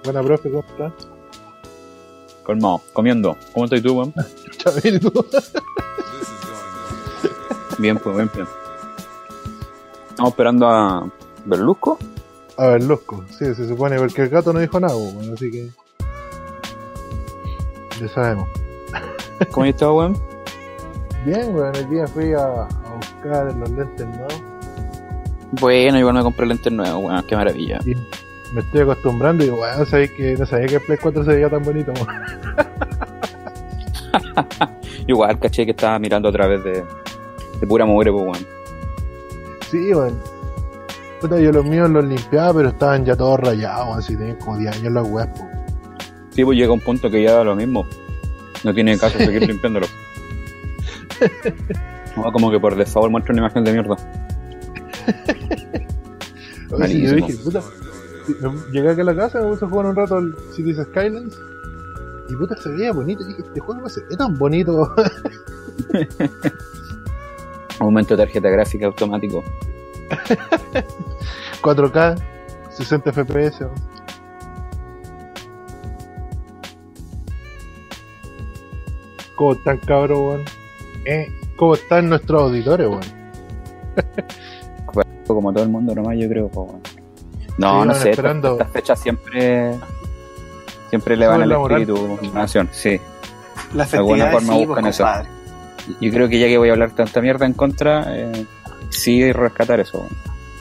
Buena, profe, ¿cómo estás? Colmado, comiendo. ¿Cómo estás tú, weón? Chavil, ¿y tú? Bien, pues, bien. Estamos esperando a Berlusco. A ver, loco. Sí, se supone, porque el gato no dijo nada, bueno, así que... Ya sabemos. ¿Cómo estás, weón? Bien, weón, el día fui a buscar los lentes nuevos. Bueno, igual me compré lentes nuevos, weón, qué maravilla. Y me estoy acostumbrando y, weón, sabéis que no sabía que el Play 4 se veía tan bonito, weón. Igual, caché que estaba mirando a través de pura mugre, pues, weón. Sí, weón. Puta, yo los míos los limpiaba, pero estaban ya todos rayados, así tenían como 10 años las weas, po. Sí, pues llega un punto que ya da lo mismo. No tiene caso seguir limpiándolo. No, como que por default muestra una imagen de mierda. Oye, sí, yo dije, puta, llegué acá a la casa, me puse a jugar un rato al Cities Skylines y puta se veía bonito. Y dije, este juego no se ve tan bonito. Aumento de tarjeta gráfica automático. 4K, 60 FPS. ¿Cómo están, cabros, weón? ¿Cómo están nuestros auditores, weón? Como todo el mundo nomás, yo creo, pues, weón. No, sí, no sé, esperando. Estas fechas siempre le van al espíritu nación, sí. La De alguna festividad forma sí, buscan pues, eso. compadre. Yo creo que ya que voy a hablar tanta mierda en contra, sí rescatar eso, weón.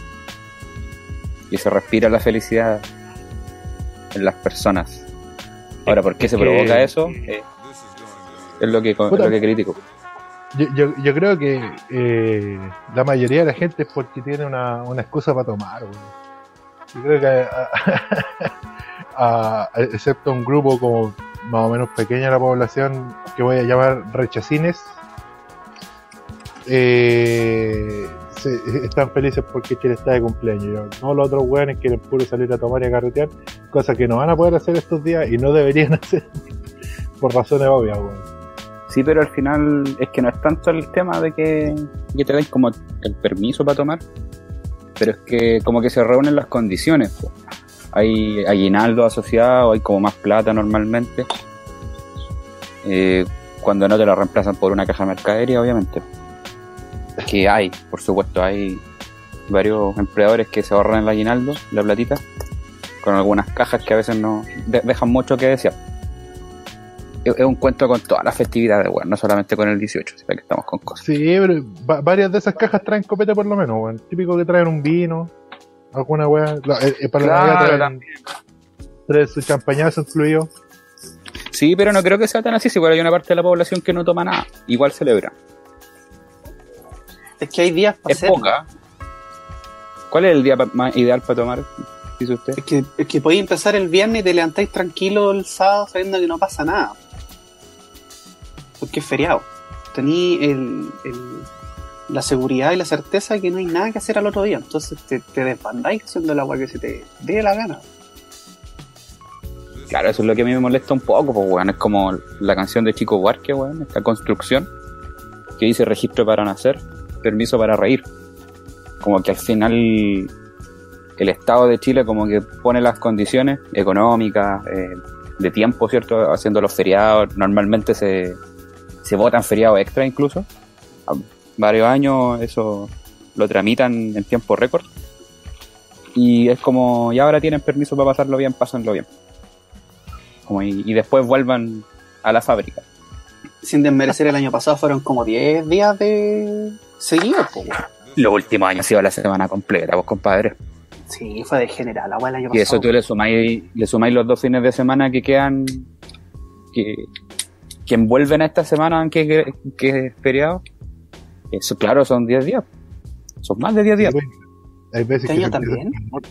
Y se respira la felicidad en las personas. Ahora, ¿por qué se provoca eso? Es lo que critico. Yo creo que la mayoría de la gente es porque tiene una excusa para tomar, weón. Yo creo que excepto un grupo como más o menos pequeño de la población que voy a llamar rechacines, están felices porque Chile está de cumpleaños. Todos los otros weones quieren puro salir a tomar y a carretear, cosa que no van a poder hacer estos días y no deberían hacer por razones obvias, weón. Sí, pero al final es que no es tanto el tema de que te den como el permiso para tomar, pero es que como que se reúnen las condiciones, po. Hay aguinaldo asociado, hay como más plata normalmente, cuando no te lo reemplazan por una caja de mercadería, obviamente. Que hay, por supuesto, hay varios empleadores que se ahorran el aguinaldo, la platita, con algunas cajas que a veces no dejan mucho que desear. Es un cuento con todas las festividades, weón, no solamente con el 18, sino que estamos con cosas. Sí, pero varias de esas cajas traen copete por lo menos, weón. Típico que traen un vino, alguna weá. Para la Navidad traen su champañazo incluido. Sí, pero no creo que sea tan así, si igual hay una parte de la población que no toma nada, igual celebra. Es que hay días para Es hacerlo. poca. ¿Cuál es el día más ideal para tomar, dice usted? Es que podéis empezar el viernes y te levantáis tranquilo el sábado sabiendo que no pasa nada. Porque es feriado. Tení la seguridad y la certeza de que no hay nada que hacer al otro día. Entonces te desbandáis haciendo el agua que se te dé la gana. Claro, eso es lo que a mí me molesta un poco, pues, weón. Es como la canción de Chico Buarque, weón, esta construcción que dice registro para nacer, permiso para reír. Como que al final el Estado de Chile como que pone las condiciones económicas, de tiempo, ¿cierto? Haciendo los feriados. Normalmente se votan feriados extra incluso. Varios años eso lo tramitan en tiempo récord. Y es como, ya ahora tienen permiso para pasarlo bien, pásenlo bien. Como y después vuelvan a la fábrica. Sin desmerecer, el año pasado fueron como 10 días de seguidos, po, weón. Los últimos años ha sido la semana completa, vos, compadre. Sí, fue de general, la weá el año pasado. Y eso tú le sumáis los 2 fines de semana que quedan, que envuelven a esta semana que es feriado. Eso, claro, son 10 días. Son más de 10 días. Hay veces ¿Este que año también?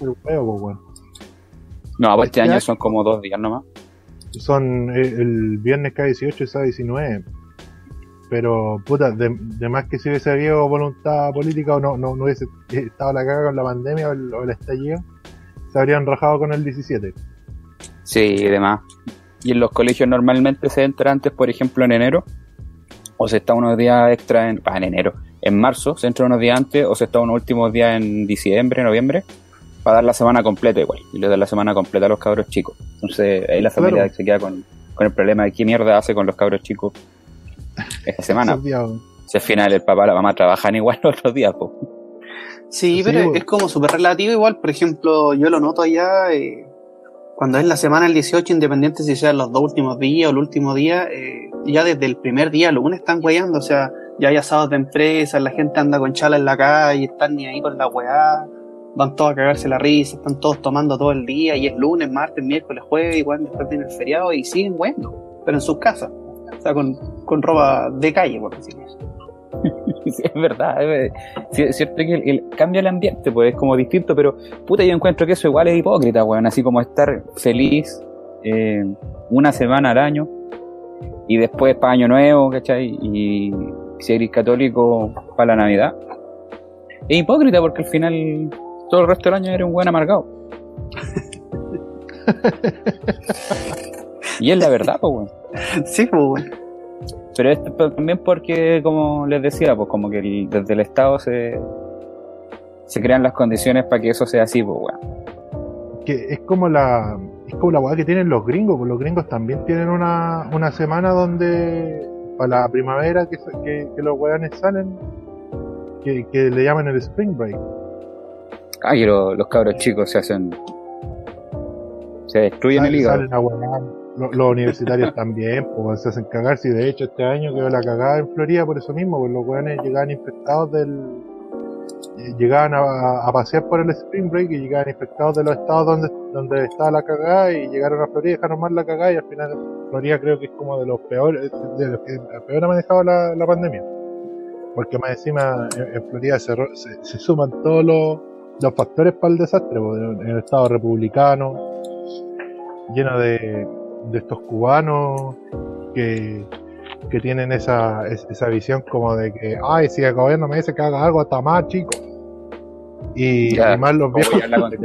No, pues este año son como 2 días nomás. Son el viernes cae 18 y sábado 19. Pero, puta, de más que si hubiese habido voluntad política o no hubiese estado la caga con la pandemia o el estallido, se habrían rajado con el 17. Sí, y demás. Y en los colegios normalmente se entra antes, por ejemplo, en enero, o se está unos días extra en enero. En marzo se entra unos días antes, o se está unos últimos días en diciembre, noviembre. para dar la semana completa igual, y le dan la semana completa a los cabros chicos. Entonces ahí la familia Claro. se queda con el problema de qué mierda hace con los cabros chicos esta semana. Esos días, Si al final el papá y la mamá trabajan igual los otros días, pues. Sí, Sí, pero pues. es como súper relativo igual. Por ejemplo, yo lo noto allá cuando es la semana del 18, independiente si sean los 2 últimos días o el último día, ya desde el primer día, lunes, están weyando. O sea, ya hay asados de empresas, la gente anda con chala en la calle, están ni ahí con la weá, van todos a cagarse la risa, están todos tomando todo el día, y es lunes, martes, miércoles, jueves, igual después viene el feriado y siguen weyando, pero en sus casas. O sea, con ropa de calle, por decirlo así. Sí, es verdad, sí, es cierto que cambia el ambiente, pues es como distinto, pero puta, yo encuentro que eso igual es hipócrita, weón, así como estar feliz una semana al año y después para Año Nuevo, ¿cachai? Y si eres católico para la Navidad. Es hipócrita porque al final todo el resto del año eres un buen amargado. Y es la verdad, pues, weón. Sí, pues, weón. Pero esto también porque, como les decía, pues como que desde el Estado se crean las condiciones para que eso sea así, pues weón. que es como la weá que tienen los gringos, pues los gringos también tienen una semana donde para la primavera que los weones salen, que le llaman el spring break. Ah, y los cabros chicos se destruyen el hígado. Salen a wear. Los universitarios también, pues se hacen cagar. Si de hecho este año quedó la cagada en Florida por eso mismo, pues los weones llegaban infectados llegaban a pasear por el Spring Break y llegaban infectados de los estados donde estaba la cagada, y llegaron a Florida y dejaron mal la cagada, y al final Florida creo que es como de los peores, de los que peor ha manejado la pandemia, porque más encima en Florida se suman todos los factores para el desastre, pues, en el estado republicano lleno de estos cubanos que tienen esa visión como de que, ay, si el gobierno me dice que haga algo, está más, chico. Y más los viejos,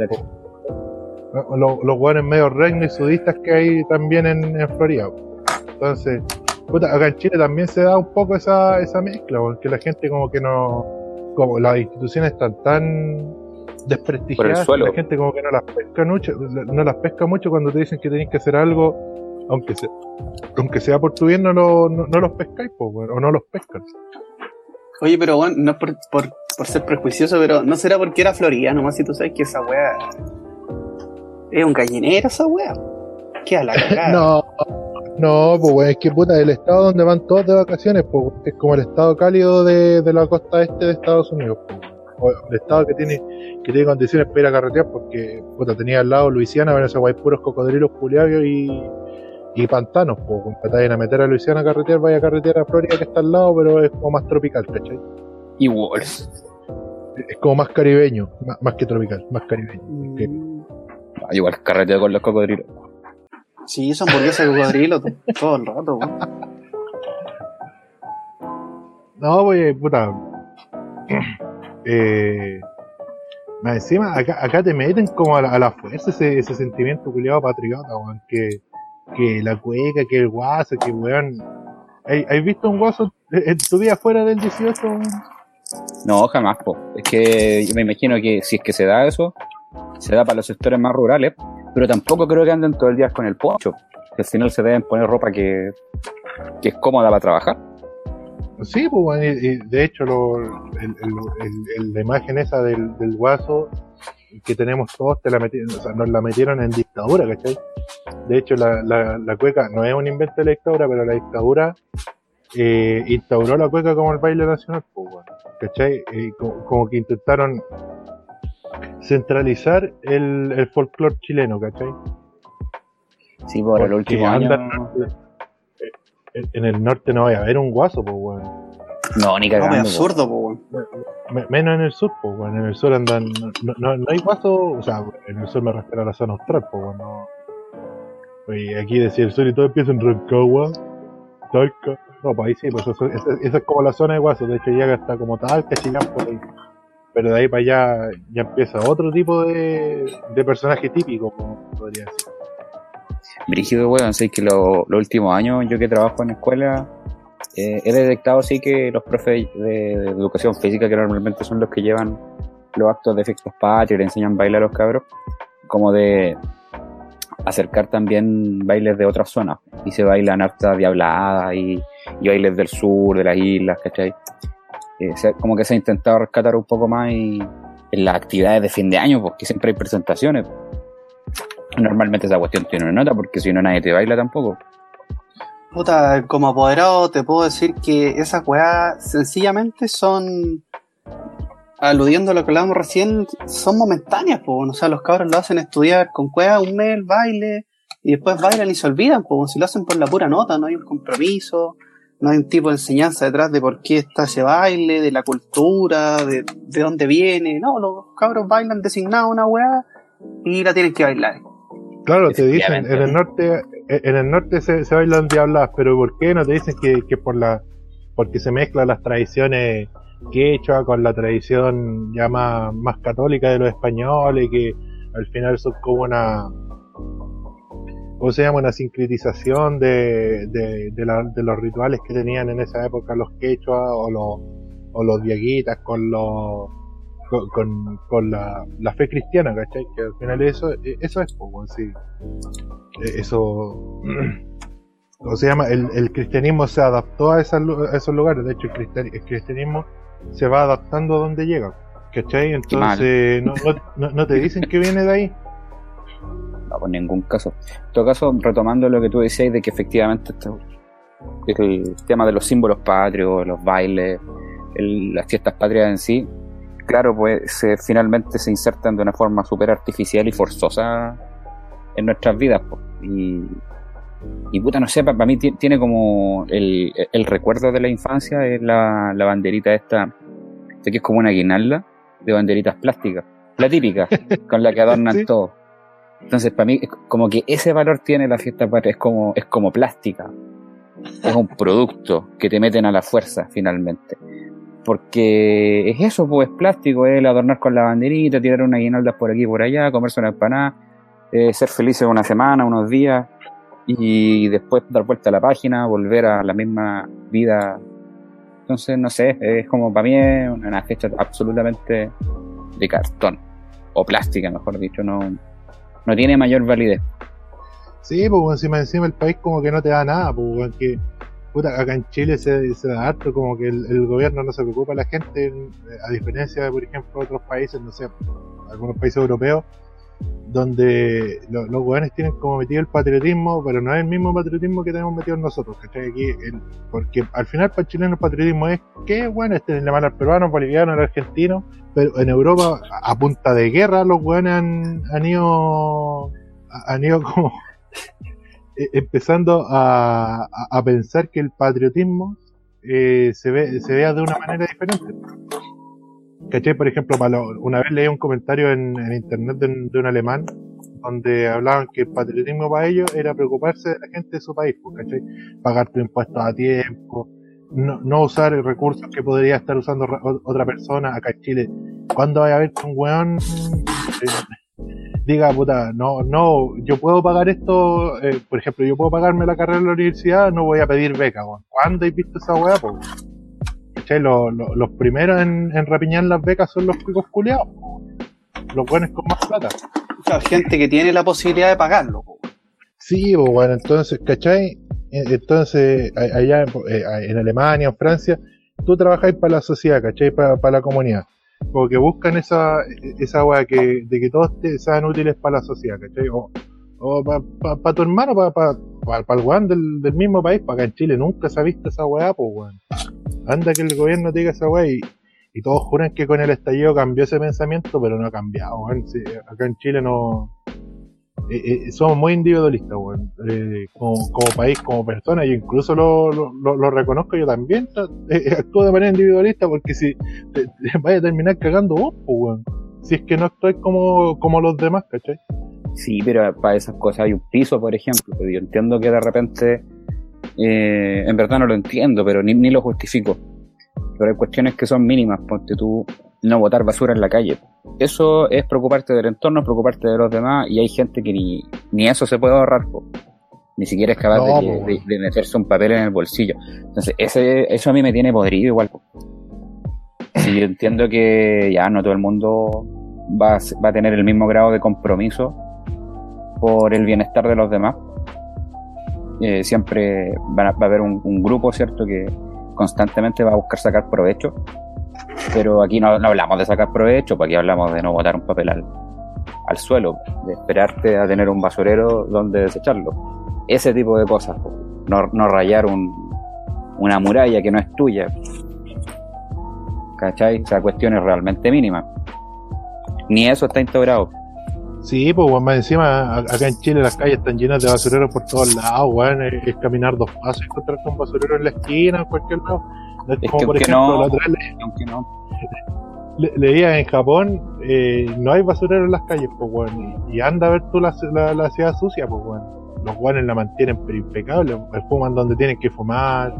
los buenos medios regnos y sudistas que hay también en Florida. Entonces, puta, acá en Chile también se da un poco esa mezcla, porque la gente como que no, como las instituciones están tan desprestigiadas, la gente como que no las pesca mucho cuando te dicen que tenés que hacer algo, aunque sea por tu bien, no los pescáis, pues, bueno, o no los pescan. Oye, pero bueno, no es por ser prejuicioso, pero ¿no será porque era Florida nomás? Si tú sabes que esa weá es un gallinero, esa weá. ¿Qué a la cagada? No, pues bueno, es que puta, el estado donde van todos de vacaciones, pues es como el estado cálido de la costa este de Estados Unidos, pues. O el estado que tiene condiciones para ir a carretear, porque puta, tenía al lado Luisiana, bueno, esos hay puros cocodrilos culiados y pantanos, pues, te vayan a meter a Luisiana a carretear, vaya a carretear a Florida que está al lado, pero es como más tropical, ¿cachai? Igual. Es como más caribeño, más que tropical, más caribeño. Igual carreteo con los cocodrilos. Sí, son hamburguesa de cocodrilo todo el rato, weón. No, pues, puta. Más encima, acá te meten como a la fuerza ese sentimiento culiado patriota, weón, que la cueca, que el guaso, que weón. ¿Has visto un guaso en tu vida fuera del 18? Weón? No, jamás, po. Es que yo me imagino que si es que se da eso, se da para los sectores más rurales, pero tampoco creo que anden todo el día con el poncho, que al final se deben poner ropa que es cómoda para trabajar. Sí, pues bueno, y de hecho la imagen esa del guaso que tenemos todos, nos la metieron en dictadura, ¿cachai? De hecho la cueca no es un invento de la dictadura, pero la dictadura instauró la cueca como el baile nacional, pues bueno, ¿cachai? Como que intentaron centralizar el folclore chileno, ¿cachai? Sí, por el último año. En el norte no vaya a haber un guaso, pues, weón. No, ni cagando. No, es absurdo, pues, weón. Menos en el sur, pues, weón. En el sur andan. No hay guaso, o sea, en el sur me refiero a la zona austral, pues, weón. Oye, aquí decir el sur y todo empieza en Rancagua, Talca. No, pues ahí sí, pues esa es como la zona de guaso. De hecho, llega hasta como Talca, Chillán, por ahí. Pero de ahí para allá ya empieza otro tipo de personaje típico, como podría decir. Brígido, weón, sé que los últimos años, yo que trabajo en escuela, he detectado sí que los profes de educación física, que normalmente son los que llevan los actos de fiestas patrias, le enseñan bailar a los cabros, como de acercar también bailes de otras zonas, y se bailan hartas diabladas y bailes del sur, de las islas, ¿cachai? Como que se ha intentado rescatar un poco más y en las actividades de fin de año, porque siempre hay presentaciones. Normalmente esa cuestión tiene una nota, porque si no nadie te baila tampoco. Puta, como apoderado te puedo decir que esas weas sencillamente son, aludiendo a lo que hablábamos recién, son momentáneas, pues. O sea, los cabros lo hacen estudiar con cueva un mes, baile, y después bailan y se olvidan, pues. Si lo hacen por la pura nota, no hay un compromiso, no hay un tipo de enseñanza detrás de por qué está ese baile, de la cultura, de dónde viene. No, los cabros bailan designados una weá y la tienen que bailar. Claro, te dicen, en el norte se bailan diablas, pero ¿por qué no te dicen que porque se mezclan las tradiciones quechua con la tradición ya más católica de los españoles, que al final son como ¿cómo se llama? Una sincretización de los rituales que tenían en esa época los quechua o los diaguitas con la fe cristiana, ¿cachai? Que al final eso es poco, sí. Eso, ¿cómo se llama? El cristianismo se adaptó a esos lugares. De hecho, el cristianismo se va adaptando a donde llega, ¿cachai? Entonces no te dicen que viene de ahí. No, por ningún caso. En todo caso, retomando lo que tú decías de que efectivamente el tema de los símbolos patrios, los bailes, las fiestas patrias en sí, claro, pues finalmente se insertan de una forma súper artificial y forzosa en nuestras vidas, pues. Y puta, no sé, para mí tiene como el recuerdo de la infancia es la banderita esta, que es como una guirnalda de banderitas plásticas, la típica, con la que adornan sí. Todo. Entonces, para mí, como que ese valor tiene la fiesta patria, es como plástica, es un producto que te meten a la fuerza, finalmente. Porque es eso, pues, es plástico, es el adornar con la banderita, tirar unas guirnaldas por aquí y por allá, comerse una empanada, ser felices una semana, unos días, y después dar vuelta a la página, volver a la misma vida. Entonces, no sé, es como, para mí es una fecha absolutamente de cartón, o plástica, mejor dicho, no tiene mayor validez. Sí, pues encima el país como que no te da nada, pues aunque puta, acá en Chile se da harto como que el gobierno no se preocupa de la gente, a diferencia de, por ejemplo, otros países, no sé, algunos países europeos, donde los gobiernos tienen como metido el patriotismo, pero no es el mismo patriotismo que tenemos metido nosotros, ¿cachai? Aquí, porque al final para el chileno el patriotismo es que, bueno, le mal al peruano, al boliviano, al argentino, pero en Europa, a punta de guerra, los gobiernos han ido como empezando a pensar que el patriotismo se vea de una manera diferente. ¿Cachai? Por ejemplo, una vez leí un comentario en internet de un alemán donde hablaban que el patriotismo para ellos era preocuparse de la gente de su país, ¿cachai? Pagar tus impuestos a tiempo, no usar recursos que podría estar usando otra persona. Acá en Chile, ¿cuándo vaya a haber que un weón diga, puta, no, yo puedo pagar esto, por ejemplo, yo puedo pagarme la carrera en la universidad, no voy a pedir beca, weón? ¿Cuándo has visto esa weá, po? ¿Cachai? Los primeros en rapiñar las becas son los cuicos culiados, los buenos con más plata. O sea, gente que tiene la posibilidad de pagarlo, po. Sí, pues bueno, entonces, ¿cachai? Entonces, allá en Alemania, en Francia, tú trabajáis para la sociedad, ¿cachai? Para la comunidad. Porque buscan esa weá de que todos sean útiles para la sociedad, ¿cachai? O para tu hermano, para el weón del mismo país. Para acá en Chile nunca se ha visto esa weá, pues weón. Anda que el gobierno te diga esa weá y todos juran que con el estallido cambió ese pensamiento, pero no ha cambiado, weón. Sí, acá en Chile no... somos muy individualistas, weón. Como país, como persona, yo incluso lo reconozco, yo también actúo de manera individualista, porque si te vaya a terminar cagando vos, pues, weón. Si es que no actúas como los demás, ¿cachai? Sí, pero para esas cosas hay un piso, por ejemplo. Yo entiendo que de repente, en verdad no lo entiendo, pero ni lo justifico. Pero hay cuestiones que son mínimas, ponte tú, no botar basura en la calle. Eso es preocuparte del entorno, es preocuparte de los demás, y hay gente que ni eso se puede ahorrar, po. Ni siquiera es capaz de meterse un papel en el bolsillo. Entonces eso a mí me tiene podrido igual, po. Sí, yo entiendo que ya no todo el mundo va a tener el mismo grado de compromiso por el bienestar de los demás. Siempre va a haber un grupo, ¿cierto?, que constantemente va a buscar sacar provecho, pero aquí no hablamos de sacar provecho, porque aquí hablamos de no botar un papel al suelo, de esperarte a tener un basurero donde desecharlo. Ese tipo de cosas, no rayar una muralla que no es tuya, ¿cachai? O sea, cuestiones realmente mínimas. Ni eso está integrado. Sí, pues weón, más encima acá en Chile las calles están llenas de basureros por todos lados, weón. Es caminar 2 pasos y encontrarte un basurero en la esquina, en cualquier lado. No es como, por ejemplo, la otra vez leía en Japón, no hay basurero en las calles, pues weón. Y anda a ver tú la ciudad sucia, pues weón. Los weones la mantienen pero impecable, fuman donde tienen que fumar.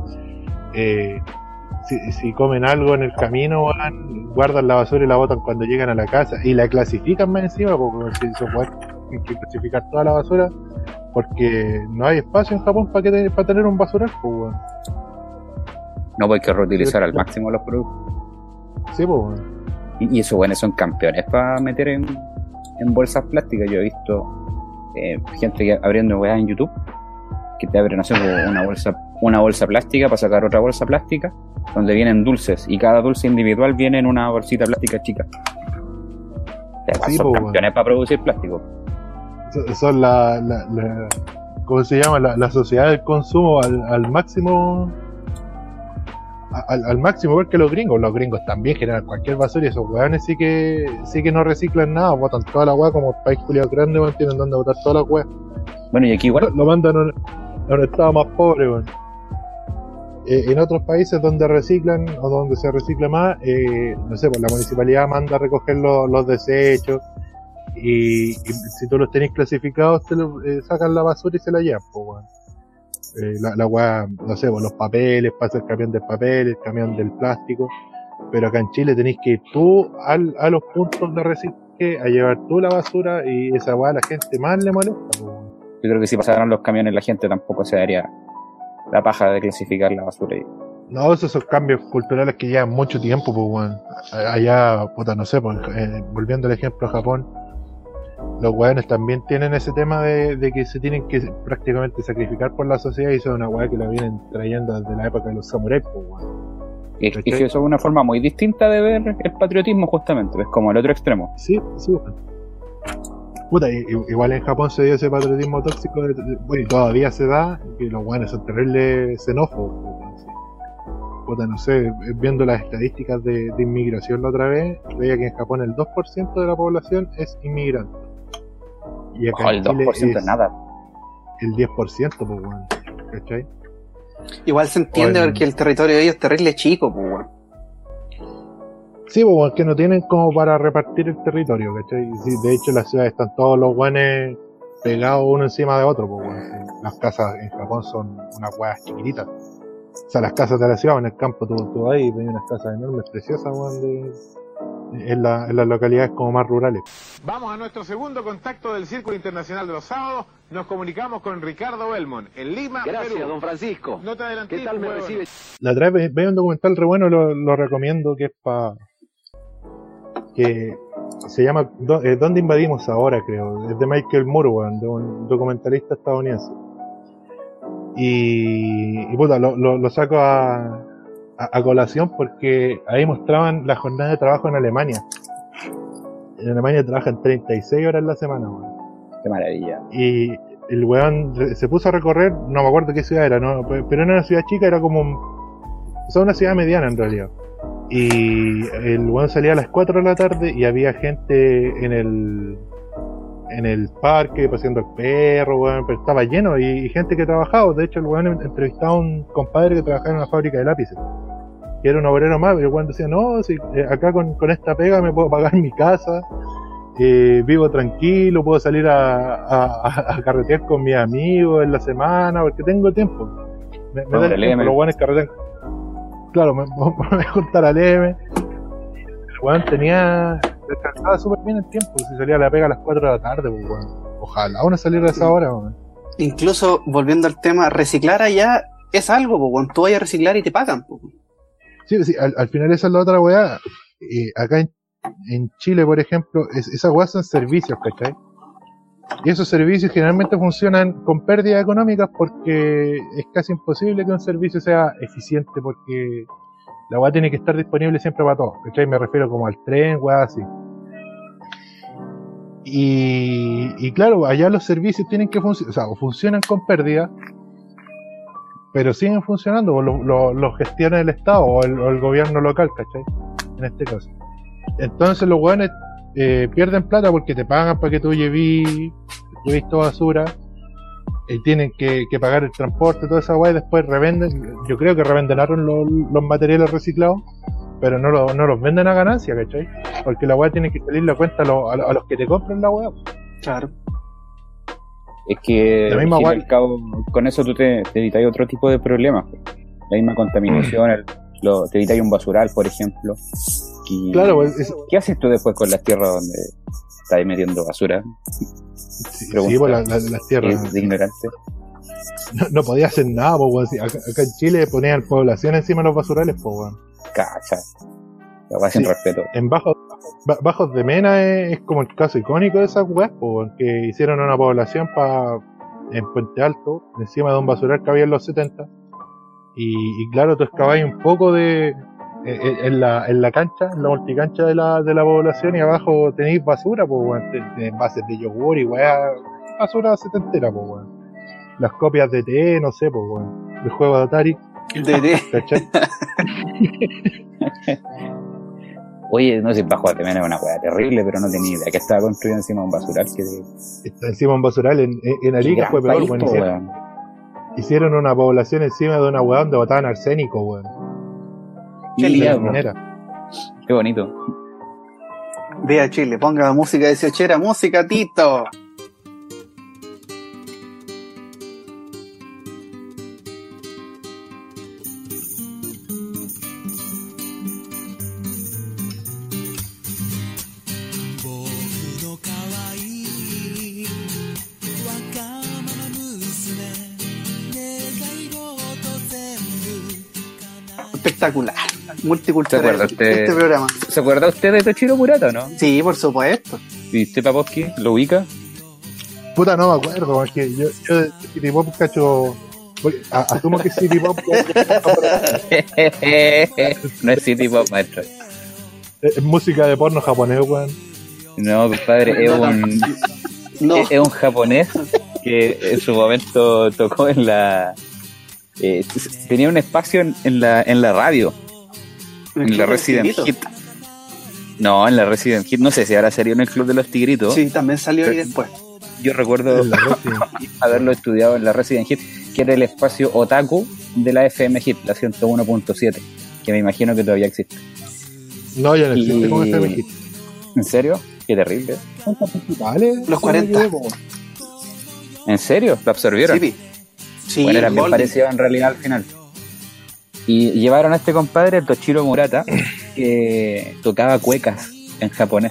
Si comen algo en el camino, guardan la basura y la botan cuando llegan a la casa y la clasifican más encima, porque si se puede clasificar toda la basura, porque no hay espacio en Japón para tener un basural, pues, bueno. No, pues hay que reutilizar al máximo los productos. Sí, pues, bueno. Y esos buenos son campeones para meter en bolsas plásticas. Yo he visto gente que abriendo weas en YouTube que te abren así una bolsa plástica para sacar otra bolsa plástica donde vienen dulces y cada dulce individual viene en una bolsita plástica chica. Sí, son campeones para producir plástico. Son ¿cómo se llama? La sociedad del consumo al máximo. Al máximo, porque los gringos también generan cualquier basura y esos weones sí que no reciclan nada, botan toda la weá como país culiado grande, weón, tienen donde botar toda la weá. Bueno, y aquí igual lo mandan a un estado más pobre, weón. En otros países donde reciclan o donde se recicla más, no sé, pues la municipalidad manda a recoger los desechos y si tú los tenés clasificados te sacan la basura y se la llevan, pues, weón. La weá, no sé, pues los papeles, pasa el camión del papel, el camión del plástico, pero acá en Chile tenés que ir tú a los puntos de reciclaje a llevar tú la basura y esa weá a la gente más le molesta, pues. Yo creo que si pasaran los camiones la gente tampoco se daría la paja de clasificar la basura ahí. No, esos son cambios culturales que llevan mucho tiempo, pues, weón. Allá, puta, no sé, pues, volviendo al ejemplo de Japón, los weones también tienen ese tema de que se tienen que prácticamente sacrificar por la sociedad y eso es una weá que la vienen trayendo desde la época de los samuráis, pues, weón. Y eso es una forma muy distinta de ver el patriotismo, justamente, es como el otro extremo. Sí, weón. Puta, igual en Japón se dio ese patriotismo tóxico, bueno, y todavía se da, que los weones son terribles xenófobos, pues, puta, no sé, viendo las estadísticas de inmigración la otra vez, veía que en Japón el 2% de la población es inmigrante. Y acá el 2% es nada. El 10%, pues, weón, ¿cachai? Igual se entiende porque el territorio de ellos es terrible chico, pues, weón. Sí, pues, que no tienen como para repartir el territorio, ¿cachai? Sí, de hecho, en las ciudades están todos los guanes pegados uno encima de otro, pues, bueno. Las casas en Japón son unas huevas chiquititas. O sea, las casas de la ciudad, en el campo, tú ahí, hay unas casas enormes, preciosas, weón, en las localidades como más rurales. Vamos a nuestro segundo contacto del Círculo Internacional de los Sábados. Nos comunicamos con Ricardo Belmont, en Lima, Gracias, Perú. Don Francisco. No te adelantes. ¿Qué tal me recibe? La otra vez veía un documental re bueno, lo recomiendo, que es que se llama ¿Dónde invadimos ahora?, creo. Es de Michael Moore, de un documentalista estadounidense. Y puta, lo saco a colación porque ahí mostraban la jornada de trabajo en Alemania. En Alemania trabajan 36 horas en la semana, weón. Qué maravilla. Y el weón se puso a recorrer, no me acuerdo qué ciudad era, ¿no? Pero no era una ciudad chica, era como una ciudad mediana en realidad. Y el weón salía a las 4 de la tarde y había gente en el parque paseando el perro, weón, pero estaba lleno y gente que trabajaba. De hecho, el weón entrevistaba a un compadre que trabajaba en una fábrica de lápices, que era un obrero más, pero el weón decía, no, si acá con esta pega me puedo pagar mi casa, vivo tranquilo, puedo salir a carretear con mis amigos en la semana, porque tengo tiempo. Me da el tiempo, los weones carretean. Claro, me juntar al M. El weón descansaba súper bien el tiempo, si salía a la pega a las 4 de la tarde, pues, weón. Ojalá uno saliera a esa hora, weón. Incluso, volviendo al tema, reciclar allá es algo, pues, weón. Tú vas a reciclar y te pagan, pues. Sí, sí, al final esa es la otra weá. Acá en Chile, por ejemplo, esas weas son servicios, ¿cachai? Y esos servicios generalmente funcionan con pérdidas económicas porque es casi imposible que un servicio sea eficiente porque la weá tiene que estar disponible siempre para todos, ¿cachai? Me refiero como al tren, weá así. Y claro, allá los servicios tienen que funcionar, o sea, o funcionan con pérdida, pero siguen funcionando, o los gestiona el Estado o el gobierno local, ¿cachai? En este caso. Entonces los weones pierden plata porque te pagan para que tú lleves toda basura, y tienen que pagar el transporte, toda esa weá, y después revenden. Yo creo que revendenaron los materiales reciclados, pero no los venden a ganancia, ¿cachai? Porque la weá tiene que salir la cuenta a los que te compran la weá. Claro. Es que La misma al fin y guay. al cabo, con eso tú te evitas otro tipo de problemas. La misma contaminación, te evitas un basural, por ejemplo. Y, Claro, pues, ¿qué haces tú después con las tierras donde estás metiendo basura? sí, Pregunta. pues las tierras. Es de ignorante. No podía hacer nada, pues, weón. Sí, acá en Chile ponían población encima de los basurales, pues, weón. Cacha. La weá sin Sí. respeto. En Bajos de Mena es como el caso icónico de esas weas, pues, weón, que hicieron una población en Puente Alto, encima de un basural que había en los 70. Y claro, tú excavas un poco en la cancha, en la multicancha de la población, y abajo tenéis basura, pues, weón, envases de yogur y weá, basura setentera, pues, weón. Las copias de TE, no sé, pues, weón, del juego de Atari, ¿cachai? Oye, no sé, Bajo de Mena es una weá terrible, pero no tenía idea que estaba construido encima de un basural. Está encima de un basural en Arica, fue peor, weón. Hicieron una población encima de una weá donde botaban arsénico, weón. Qué lindo. Qué bonito. Ve a Chile, ponga música de 18era, música, Tito. Espectacular, multicultural este programa. ¿Se acuerda usted de Toshiro Murata, no? Sí, por supuesto. ¿Y usted, Papovsky, lo ubica? Puta, no me acuerdo, porque yo de City Pop cacho. Asumo que City Pop no es City Pop, maestro. Es música de porno japonés, weón. No, compadre, es un japonés que en su momento tocó en la... tenía un espacio en la radio, en la Resident Hit. No, en la Resident Hit, no sé si ahora sería en el Club de los Tigritos. Sí, también salió ahí después. Yo recuerdo haberlo estudiado en la Resident Hit, que era el espacio otaku de la FM Hit, la 101.7, que me imagino que todavía existe. No, ya no existe como FM Hit. ¿En serio? Qué terrible. ¿Vale? Los 40. ¿En serio? ¿Lo absorbieron? Sí, bueno, era bien parecido en realidad al final. Y llevaron a este compadre, Toshiro Murata, que tocaba cuecas en japonés.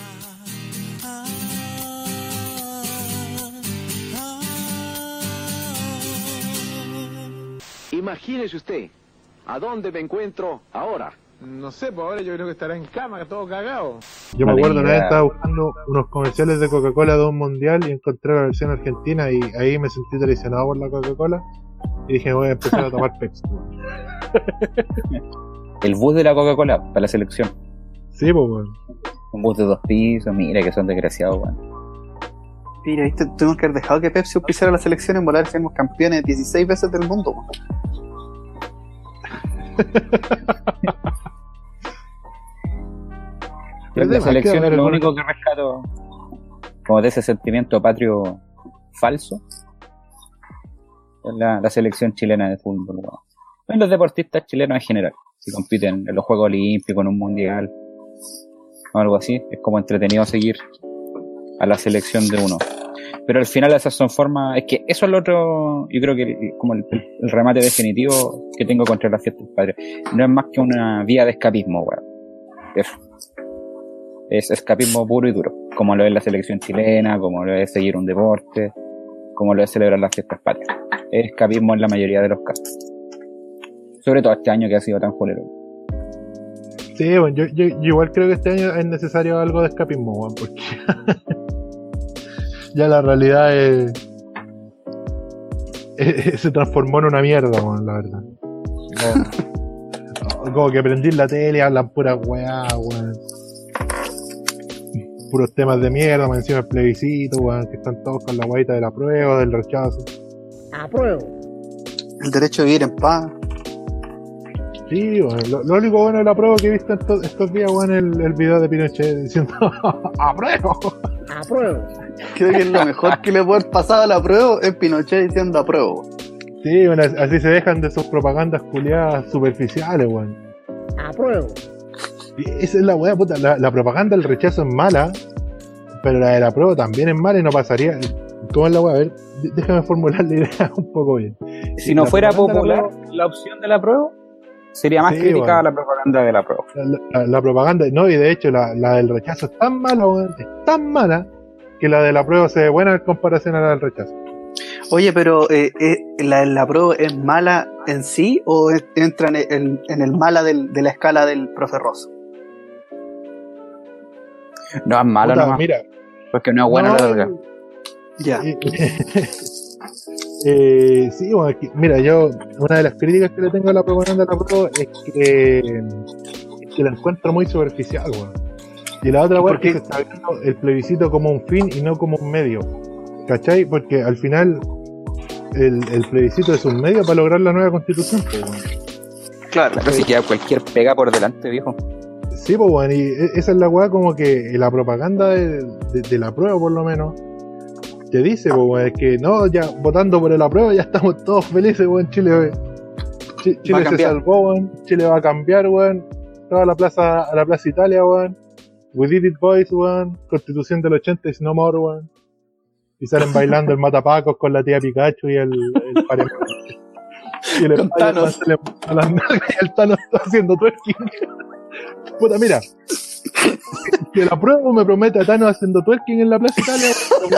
Imagínese usted, ¿a dónde me encuentro ahora? No sé, pues ahora yo creo que estará en cama, todo cagado. Yo me acuerdo una vez estaba buscando unos comerciales de Coca-Cola de un mundial y encontré la versión argentina y ahí me sentí traicionado por la Coca-Cola y dije voy a empezar a tomar Pepsi. El bus de la Coca-Cola para la selección. Sí, pues bueno. Un bus de 2 pisos, mira que son desgraciados, weón. Mira, ¿viste? Tuvimos que haber dejado que Pepsi auspiciara la selección en volar, fuimos campeones 16 veces del mundo. La selección es lo único que rescato como de ese sentimiento patrio falso. Es la selección chilena de fútbol, ¿no? En los deportistas chilenos en general, si compiten en los Juegos Olímpicos, en un mundial o algo así, es como entretenido seguir a la selección de uno. Pero al final esas son formas, es que eso es lo otro, yo creo que como el remate definitivo que tengo contra las fiestas patrias. No es más que una vía de escapismo, weón. Eso. Es escapismo puro y duro, como lo es la selección chilena, como lo es seguir un deporte, como lo es celebrar las fiestas patrias. Es escapismo en la mayoría de los casos. Sobre todo este año que ha sido tan jolero. Sí, bueno, yo igual creo que este año es necesario algo de escapismo, weón, porque ya la realidad se transformó en una mierda, weón, la verdad. Como que prendí la tele y hablan puras weá, weón. Puros temas de mierda, más encima el plebiscito, weón, que están todos con la guaita de la prueba, del rechazo. Apruebo. El derecho a vivir en paz. Sí, bueno, lo único bueno de la prueba que he visto estos días, bueno, el video de Pinochet diciendo ¡apruebo! Apruebo. Creo que es lo mejor que le puede haber pasado a la prueba es Pinochet diciendo apruebo. Sí, bueno, así se dejan de sus propagandas culiadas superficiales, weón. Apruebo. Y esa es la weá, puta, la propaganda del rechazo es mala, pero la de la prueba también es mala y no pasaría. ¿Cómo es la weá? A ver, déjame formular la idea un poco bien. Si no fuera popular prueba, la opción de la prueba, sería más sí, criticada bueno, la propaganda de la prueba. la propaganda, no, y de hecho la del rechazo es tan mala, weón, es tan mala, que la de la prueba se ve buena en comparación a la del rechazo. Oye, pero ¿la prueba es mala en sí o entra en el mala de la escala del profe Rosso? No es malo Puta, nomás, mira, porque no es buena la larga. Ya. Sí, bueno, mira, yo una de las críticas que le tengo a la propaganda de la prueba es que la encuentro muy superficial, weón. Y la otra, weón, es que se está viendo el plebiscito como un fin y no como un medio, ¿cachai? Porque al final el plebiscito es un medio para lograr la nueva constitución, pues, weón. Claro. Claro, si queda cualquier pega por delante, viejo. Sí, pues, weón, y esa es la weá, como que la propaganda de la prueba, por lo menos, te dice, pues, weón, es que no, ya votando por el apruebo ya estamos todos felices, weón. Chile se salvó, weón. Chile va a cambiar, weón. Toda la plaza Italia, weón. We did it, boys, weón. Constitución del 80 is no more, weón. Y salen bailando el matapacos con la tía Pikachu y el Paremón. Y el Spider-Man se le a las nalgas y el Thanos está haciendo twerking. Puta, mira. Que la prueba me promete a Thanos haciendo twerking en la Plaza Italia,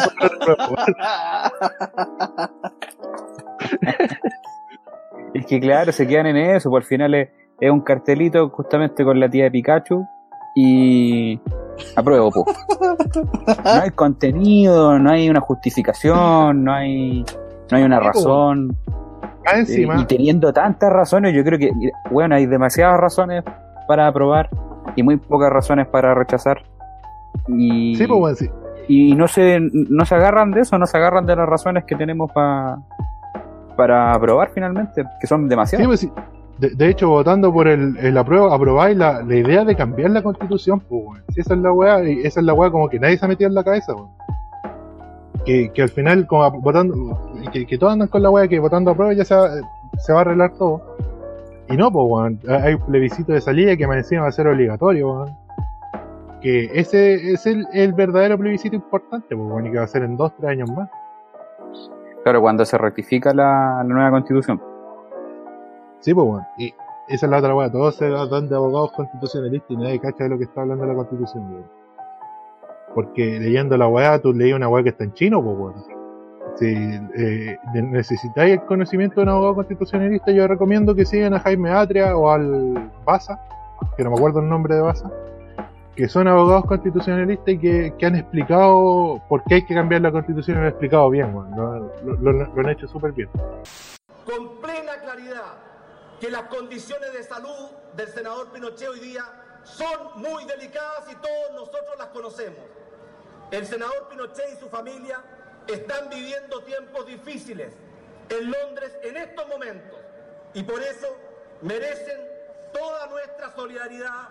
Es que claro, se quedan en eso, por al final es un cartelito justamente con la tía de Pikachu y apruebo, po. No hay contenido, no hay una justificación, no hay una razón. Encima, Y teniendo tantas razones, yo creo que, bueno, hay demasiadas razones para aprobar y muy pocas razones para rechazar. Y, sí, pues, bueno, sí. Y no se agarran de eso, no se agarran de las razones que tenemos para aprobar finalmente, que son demasiadas. Sí, pues, sí. De hecho, votando por el apruebo, aprobáis la idea de cambiar la constitución, pues, bueno. Si esa es la weá, y esa es la weá como que nadie se ha metido en la cabeza, weón. Que al final, como votando, que todos andan con la weá que votando apruebo ya se va a arreglar todo. Y no, pues, weón, hay un plebiscito de salida que más encima va a ser obligatorio, weón. Que ese es el verdadero plebiscito importante, pues, weón, y que va a ser en 2-3 años más. Claro, cuando se rectifica la nueva constitución. Sí, pues, bueno, y esa es la otra weá, todos se dan de abogados constitucionalistas y nadie cacha de lo que está hablando la constitución, weón. Porque leyendo la weá, tú leí una weá que está en chino, pues, weón. Si necesitáis el conocimiento de un abogado constitucionalista, yo recomiendo que sigan a Jaime Atria o al Baza, que no me acuerdo el nombre de Baza, que son abogados constitucionalistas y que han explicado por qué hay que cambiar la constitución y lo han explicado bien, weón. Lo han hecho súper bien. Con plena claridad que las condiciones de salud del senador Pinochet hoy día son muy delicadas y todos nosotros las conocemos. El senador Pinochet y su familia están viviendo tiempos difíciles en Londres en estos momentos y por eso merecen toda nuestra solidaridad.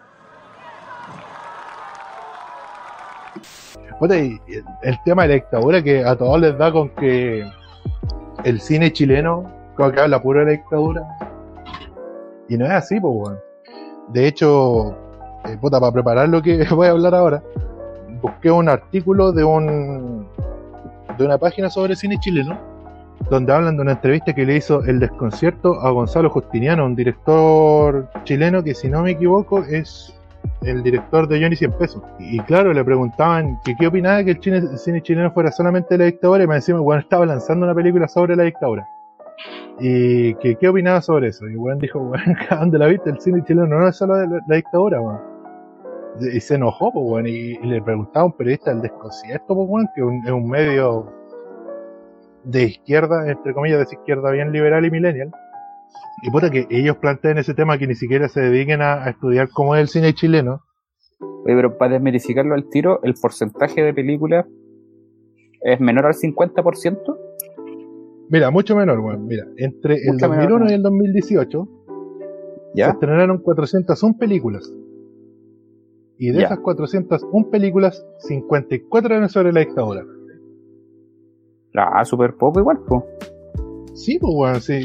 Puta, y el tema de la dictadura, que a todos les da con que el cine chileno como que habla puro de la dictadura, y no es así, pues, weón. De hecho, para preparar lo que voy a hablar ahora, busqué un artículo de una página sobre cine chileno, donde hablan de una entrevista que le hizo El Desconcierto a Gonzalo Justiniano, un director chileno que, si no me equivoco, es el director de Johnny 100 pesos. Y claro, le preguntaban que qué opinaba que el cine chileno fuera solamente de la dictadura, y me decían, bueno, estaba lanzando una película sobre la dictadura. Y que qué opinaba sobre eso. Y weón dijo, weón, ¿dónde la viste? El cine chileno no es solo de la dictadura, weón. Y se enojó, pues, weón, y le preguntaba a un periodista del Desconcierto, pues, weón, que es un medio de izquierda, entre comillas, de izquierda bien liberal y millennial. Y puta que ellos plantean ese tema que ni siquiera se dediquen a estudiar cómo es el cine chileno. Oye, pero para desmitificarlo al tiro, el porcentaje de películas es menor al 50%. Mira, mucho menor, weón. Mira, entre el Mucho 2001 menor. y el 2018 se ¿Ya? estrenaron 401 películas. Y de Ya. esas 401 películas, 54 eran sobre la dictadura. Ah, súper poco igual, pues. Sí, pues bueno, sí.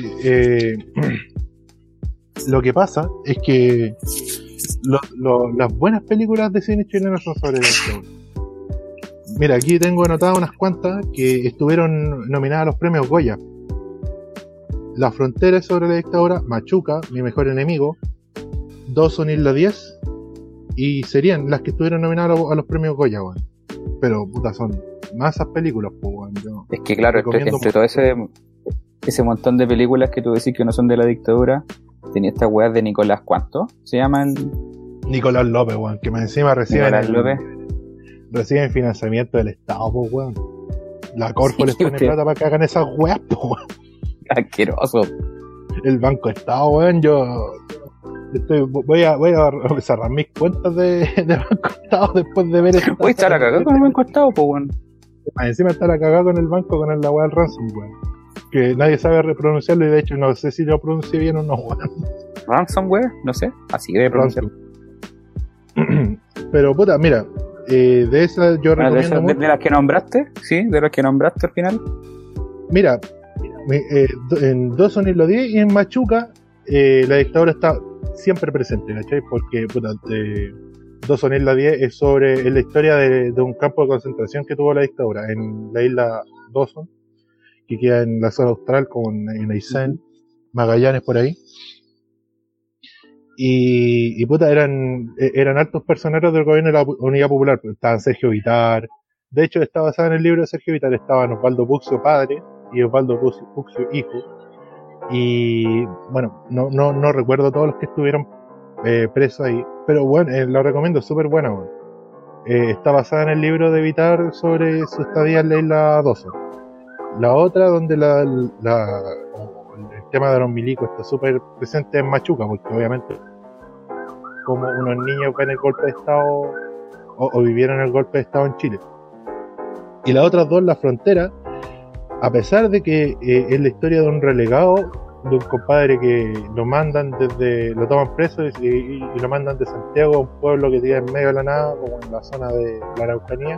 Lo que pasa es que las buenas películas de cine chileno son sobre la dictadura. Mira, aquí tengo anotadas unas cuantas que estuvieron nominadas a los premios Goya. La frontera es sobre la dictadura, Machuca, Mi mejor enemigo, Dos son Isla 10, y serían las que estuvieron nominadas a los premios Goya, weón. Pero, puta, son masas películas, pues, weón. Yo Es que claro, recomiendo entre todo ese montón de películas que tú decís que no son de la dictadura, tenía esta weá de Nicolás, ¿cuánto se llama el Nicolás López, weón, que más encima Nicolás López? reciben financiamiento del Estado, pues, weón. La Corfo Sí, les pone usted- plata para que hagan esas weas, pues, weón. Asqueroso. El Banco Estado, weón, voy a cerrar mis cuentas de Banco Estado después de ver esta. Voy a estar a cagar con el banco estado, pues, weón. Encima estar a cagar con el banco con la wea del ransomware. Que nadie sabe repronunciarlo y de hecho no sé si lo pronuncie bien o no, weón. Ransomware, no sé, así debe pronunciar. Pero puta, mira, de esa yo Bueno, recomiendo mucho. de las que nombraste, sí, de las que nombraste al final. Mira, en Dos son Isla 10 y en Machuca la dictadura está siempre presente, ¿cachai? Porque puta, Dos son Isla 10 es sobre la historia de un campo de concentración que tuvo la dictadura en la isla Dawson, que queda en la zona austral, como en Aysén, Magallanes, por ahí. Y puta, eran altos personeros del gobierno de la Unidad Popular. Pues, estaban Sergio Vitar. De hecho, está basada en el libro de Sergio Vitar. Estaban Osvaldo Puxio padre y Osvaldo Puxio hijo. Y bueno, no recuerdo todos los que estuvieron presos ahí. Pero bueno, la recomiendo, es súper buena. Bueno. Está basada en el libro de Vitar sobre su estadía en la isla Dawson. La otra, donde el tema de los milicos está súper presente en Machuca, porque obviamente como unos niños ven el golpe de Estado o vivieron el golpe de Estado en Chile. Y las otras dos, La Frontera, a pesar de que es la historia de un relegado, de un compadre que lo toman preso y lo mandan de Santiago a un pueblo que tiene en medio de la nada, como en la zona de la Araucanía,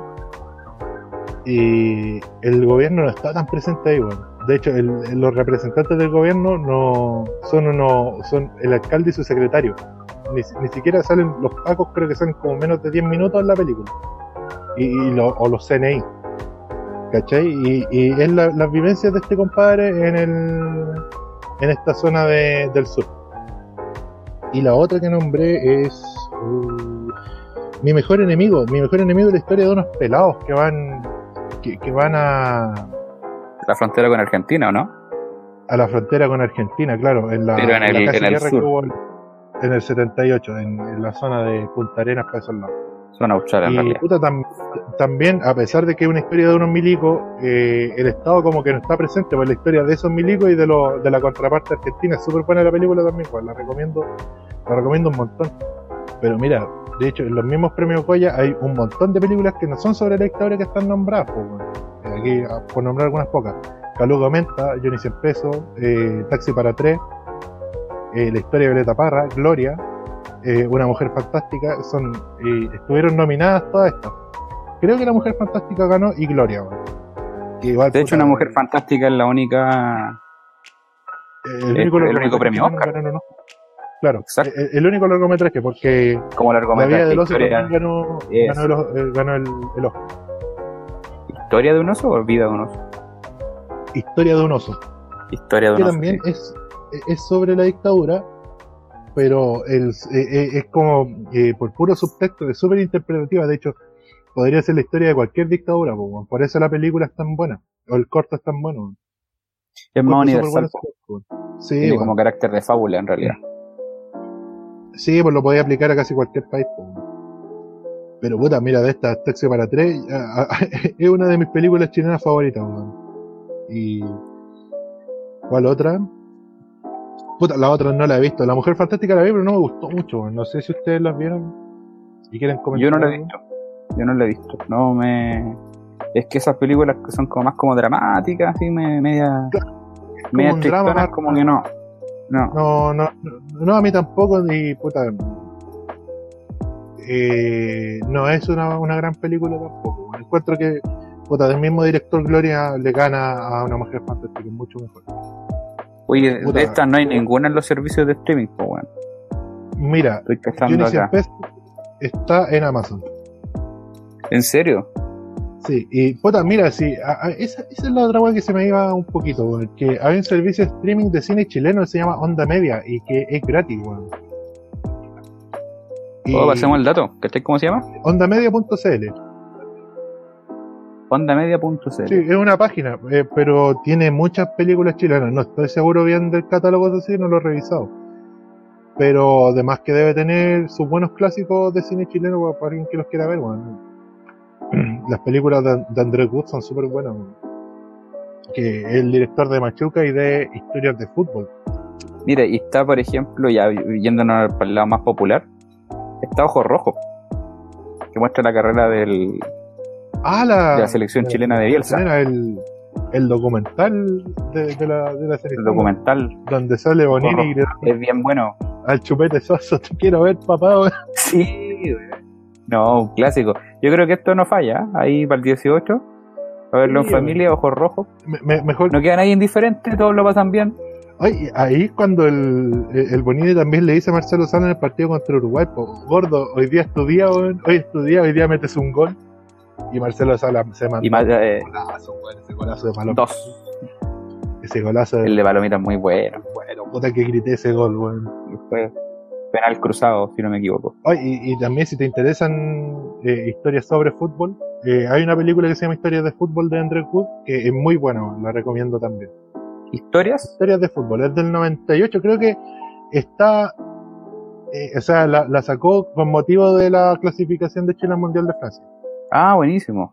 y el gobierno no está tan presente ahí, bueno. De hecho, los representantes del gobierno no son el alcalde y su secretario. Ni siquiera salen los pacos, creo que salen como menos de 10 minutos en la película. O los CNI. ¿Cachai? Y es las vivencias de este compadre en esta zona del sur. Y la otra que nombré es Mi mejor enemigo. Mi mejor enemigo es la historia de unos pelados que van a La frontera con Argentina, ¿o no? a la frontera con Argentina, claro, en la casi en el guerra sur. que hubo en el 78, en la zona de Punta Arenas para esos lados. Son australes, en Y realidad. puta, también, a pesar de que es una historia de unos milicos, el Estado como que no está presente, pues la historia de esos milicos y de la contraparte argentina es súper buena la película también, pues la recomiendo un montón. Pero mira, de hecho, en los mismos premios Goya hay un montón de películas que no son sobre la dictadura que están nombradas, pues, bueno. Aquí, por nombrar algunas pocas. Caluga Aumenta, Johnny 100 pesos, Taxi para tres, La historia de Violeta Parra, Gloria, Una mujer fantástica, estuvieron nominadas todas estas. Creo que La mujer fantástica ganó y Gloria, bueno. Que igual, De hecho, puta, Una mujer fantástica es la única. el único único premio que Oscar. ganó, ¿no? Claro, Exacto. el único largometraje, porque Como La vida largometraje. del oso Historia, también Yes. ganó el Oscar. ¿Historia de un oso o vida de un oso? Historia de un oso, Historia de un que oso. también sí. es sobre la dictadura, pero es como por puro subtexto, es súper interpretativa. De hecho, podría ser la historia de cualquier dictadura, por eso la película es tan buena, o el corto es tan bueno. Es más Súper universal, bueno po. ese juego. Sí, Tiene bueno. como carácter de fábula en realidad. Sí, pues lo podía aplicar a casi cualquier país. Po. Pero puta, mira, de esta Taxi para tres es una de mis películas chilenas favoritas, weón. Y ¿cuál otra? Puta, la otra no la he visto. La Mujer Fantástica la vi, pero no me gustó mucho, weón. No sé si ustedes las vieron y quieren comentar. Yo no la he algo. visto. Yo no la he visto. No me... Es que esas películas que son como más como dramáticas, así, media un drama tristonas, más- como que no. No. No, a mí tampoco, y puta. No es una gran película tampoco. Encuentro que, puta, del mismo director Gloria le gana a Una Mujer Fantástica, es mucho mejor. Oye, Puta. de estas no hay ninguna en los servicios de streaming, pues bueno. Mira, Estoy cachando Johnny acá. 100 pesos está en Amazon. ¿En serio? Sí, y puta, mira, sí, esa es la otra weá que se me iba un poquito, weón. Que hay un servicio de streaming de cine chileno que se llama Onda Media y que es gratis, weón. Y Pasemos el dato. ¿Cachai cómo se llama? Ondamedia.cl. Ondamedia.cl. Sí, es una página, pero tiene muchas películas chilenas. No estoy seguro bien del catálogo así, no lo he revisado. Pero además que debe tener sus buenos clásicos de cine chileno para alguien que los quiera ver, weón. Las películas de Andrés Wood son súper buenas, weón. Que es el director de Machuca y de Historias de Fútbol. Mira, y está, por ejemplo, ya yéndonos para el lado más popular, está Ojo Rojo, que muestra la carrera de la selección chilena de Bielsa. Era el documental de la selección. El documental Donde sale Bonini y le da es bien bueno. al Chupete Soso, te quiero ver, papá, weón. Sí, no, un clásico. Yo creo que esto no falla, ¿eh? Ahí para el 18, a verlo Sí, en familia, Ojos Rojos. Mejor. No queda nadie indiferente, todos lo pasan bien. Ay, ahí cuando el Bonini también le dice a Marcelo Sala en el partido contra Uruguay, pues, gordo, hoy día es tu día, weón, hoy día metes un gol. Y Marcelo Sala se mandó Y más, golazo, weón, ese golazo de Palomita. Ese golazo el de Palomita es muy bueno. puta que grité ese gol, weón. Fue penal cruzado, si no me equivoco. Ay, y también si te interesan historias sobre fútbol, hay una película que se llama Historias de Fútbol de Andrés Wood, que es muy buena, la recomiendo también. ¿Historias? Historias de Fútbol, es del 98, creo que está, o sea, la sacó con motivo de la clasificación de Chile al Mundial de Francia. Ah, buenísimo.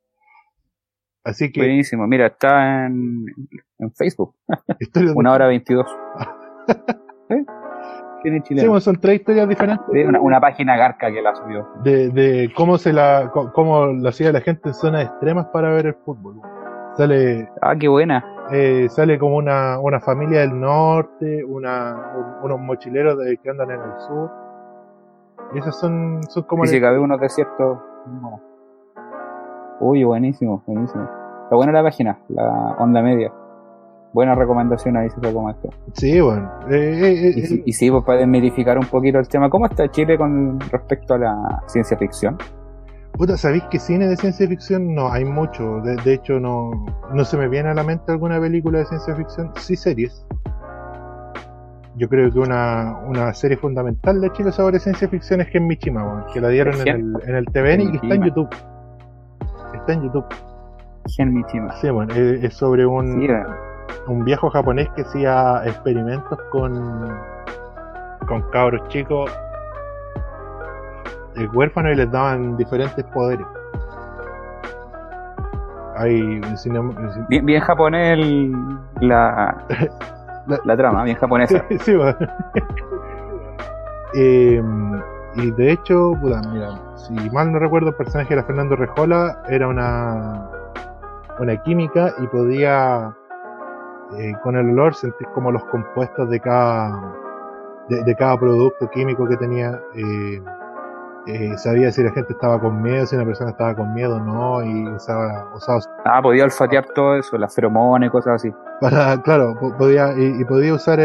Así que, Buenísimo. Mira, está en Facebook. historias de 1 hora 22. ¿Eh? Tiene Sí, chileno. bueno, son 3 historias diferentes Sí, una página garca que la subió. de cómo lo hacía la gente en zonas extremas para ver el fútbol. Sale Ah, qué buena. sale como una familia del norte, unos mochileros que andan en el sur. Y esos son como Y si cabe unos desiertos. No. Uy, buenísimo. Está buena la página, la Onda Media. Buena recomendación ahí, se fue como esto. Sí, bueno. Y sí, pues para desmitificar un poquito el tema, ¿cómo está Chile con respecto a la ciencia ficción? Puta, ¿sabéis que cine de ciencia ficción no hay mucho? De hecho, no se me viene a la mente alguna película de ciencia ficción. Sí, series. Yo creo que una serie fundamental de Chile sobre ciencia ficción es Gen Michima, bueno, que la dieron en el TVN y que está en YouTube. Está en YouTube. Gen Michima. Sí, bueno, es sobre Sí, un viejo japonés que hacía experimentos con cabros chicos huérfanos y les daban diferentes poderes. Hay bien japonés la trama, bien japonesa. sí, bueno. Y de hecho, puta, mira, si mal no recuerdo, el personaje era Fernando Rejola, era una química y podía con el olor sentir como los compuestos de cada producto químico que tenía. Sabía si la gente estaba con miedo, si una persona estaba con miedo o no, y usaba Podía olfatear todo eso, las feromonas y cosas así. claro, podía usar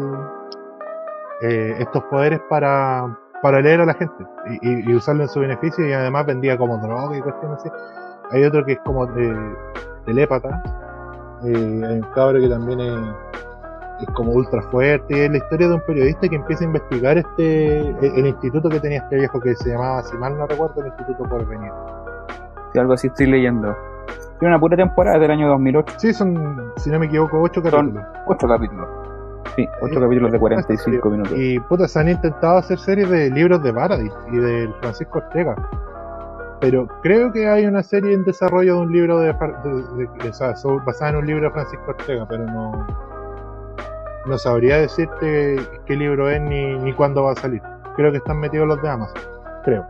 estos poderes para leer a la gente y usarlo en su beneficio, y además vendía como droga y cuestiones así. Hay otro que es como telépata. Hay un cabro que también es como ultra fuerte, y es la historia de un periodista que empieza a investigar el instituto que tenía este viejo, que se llamaba, si mal no recuerdo, el Instituto Porvenir. Sí, algo así estoy leyendo. Tiene una pura temporada del año 2008. Sí, son, si no me equivoco, 8 capítulos. 8 capítulos. Sí, 8 capítulos de 45 minutos. Y puta, se han intentado hacer series de libros de Paradis y del Francisco Ortega. Pero creo que hay una serie en desarrollo de un libro o sea, basada en un libro de Francisco Ortega, pero no sabría decirte qué libro es ni cuándo va a salir. Creo que están metidos los de Amazon, creo.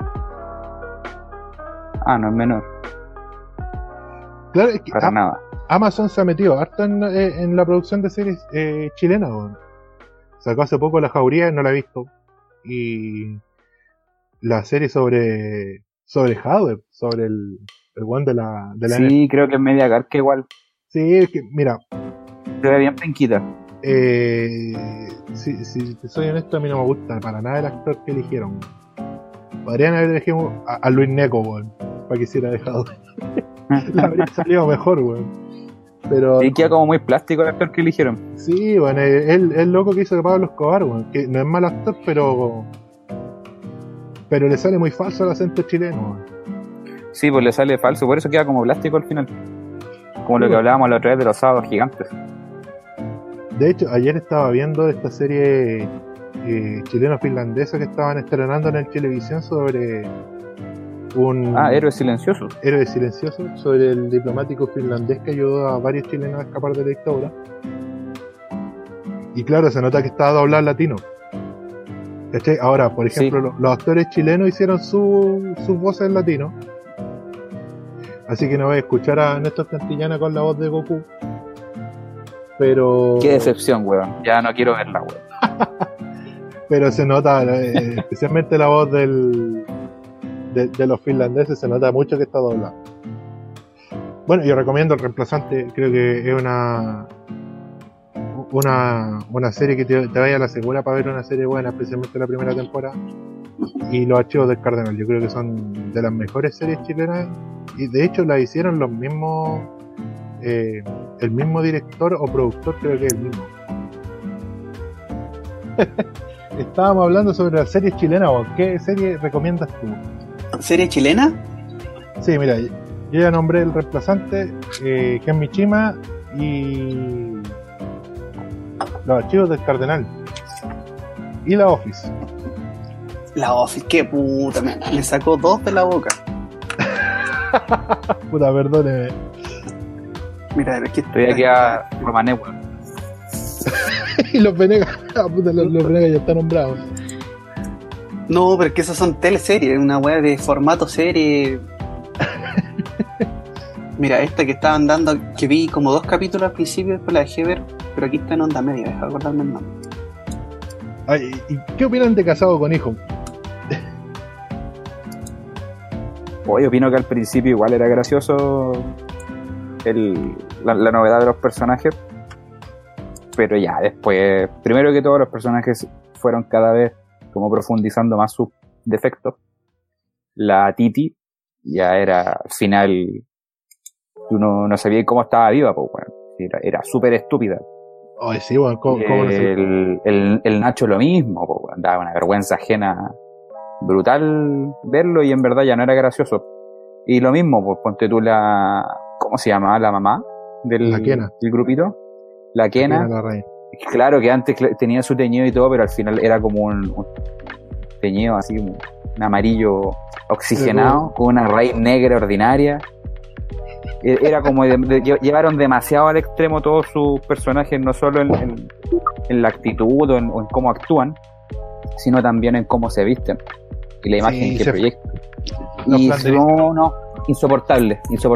Ah, no es menor. Claro, es que Para nada. Amazon se ha metido harto en la producción de series chilenas. Bueno. Sacó hace poco La Jauría, no la he visto. Y la serie sobre Jadwe, sobre el one de la Sí, creo que es media garca igual. Sí, es que, mira. Se ve bien penquita. Si te soy honesto, a mí no me gusta para nada el actor que eligieron. Podrían haber elegido a Luis Neco, weón, para que hiciera dejado. Le habría salido mejor, weón. Pero Y queda como muy plástico el actor que eligieron. sí, bueno, el loco que hizo de Pablo Escobar, weón, que no es mal actor, pero le sale muy falso el acento chileno, weón. Sí, pues le sale falso, por eso queda como plástico al final. Como lo que hablábamos la otra vez de los sábados gigantes. De hecho, ayer estaba viendo esta serie chileno-finlandesa que estaban estrenando en el televisión sobre un Héroe Silencioso. héroe silencioso, sobre el diplomático finlandés que ayudó a varios chilenos a escapar de la dictadura. Y claro, se nota que estaba doblado en latino. ¿Cachai? Ahora, por ejemplo, los actores chilenos hicieron sus voces en latino. Así que no voy a escuchar a Néstor Cantillana con la voz de Goku. Pero Qué decepción, weón. Ya no quiero verla, weón. pero se nota, especialmente la voz de los finlandeses, se nota mucho que está doblado. Bueno, yo recomiendo El Reemplazante, creo que es una serie que te vaya a la segura para ver una serie buena, especialmente la primera temporada. Y Los Archivos del Cardenal, yo creo que son de las mejores series chilenas, y de hecho la hicieron los mismos, el mismo director o productor, creo que es el mismo. Estábamos hablando sobre las series chilenas. ¿Qué serie recomiendas tú? ¿Serie chilena? Sí, mira, yo ya nombré El Reemplazante, Gen Michima y Los Archivos del Cardenal y La Office. La Office, qué puta, me sacó 2 de la boca. Puta, perdóneme. Mira, es que Estoy aquí a Romané, weón. Y los Venegas, puta, los Venegas ya están nombrados. No, pero es que esas son teleseries, una weá de formato serie. Mira, esta que estaban dando, que vi como 2 capítulos al principio, después la dejé ver, pero aquí está en onda media, deja de acordarme el nombre. Ay, ¿y qué opinan de Casado con Hijo? Hoy opino que al principio igual era gracioso la novedad de los personajes, pero ya después, primero que todo, los personajes fueron cada vez como profundizando más sus defectos. La Titi ya era al final, tú no sabías cómo estaba viva, pues bueno, era súper estúpida. Ay, sí, bueno, ¿cómo no sé? El Nacho lo mismo, pues bueno, daba una vergüenza ajena brutal verlo, y en verdad ya no era gracioso. Y lo mismo, pues ponte tú ¿cómo se llamaba la mamá La Kena. del grupito? La Kena. La reina. Claro que antes tenía su teñido y todo, pero al final era como un teñido así, como un amarillo oxigenado, con una raíz negra ordinaria. Era como llevaron demasiado al extremo todos sus personajes, no solo en la actitud o en cómo actúan, sino también en cómo se visten y la imagen que proyectan. Y no, insoportable.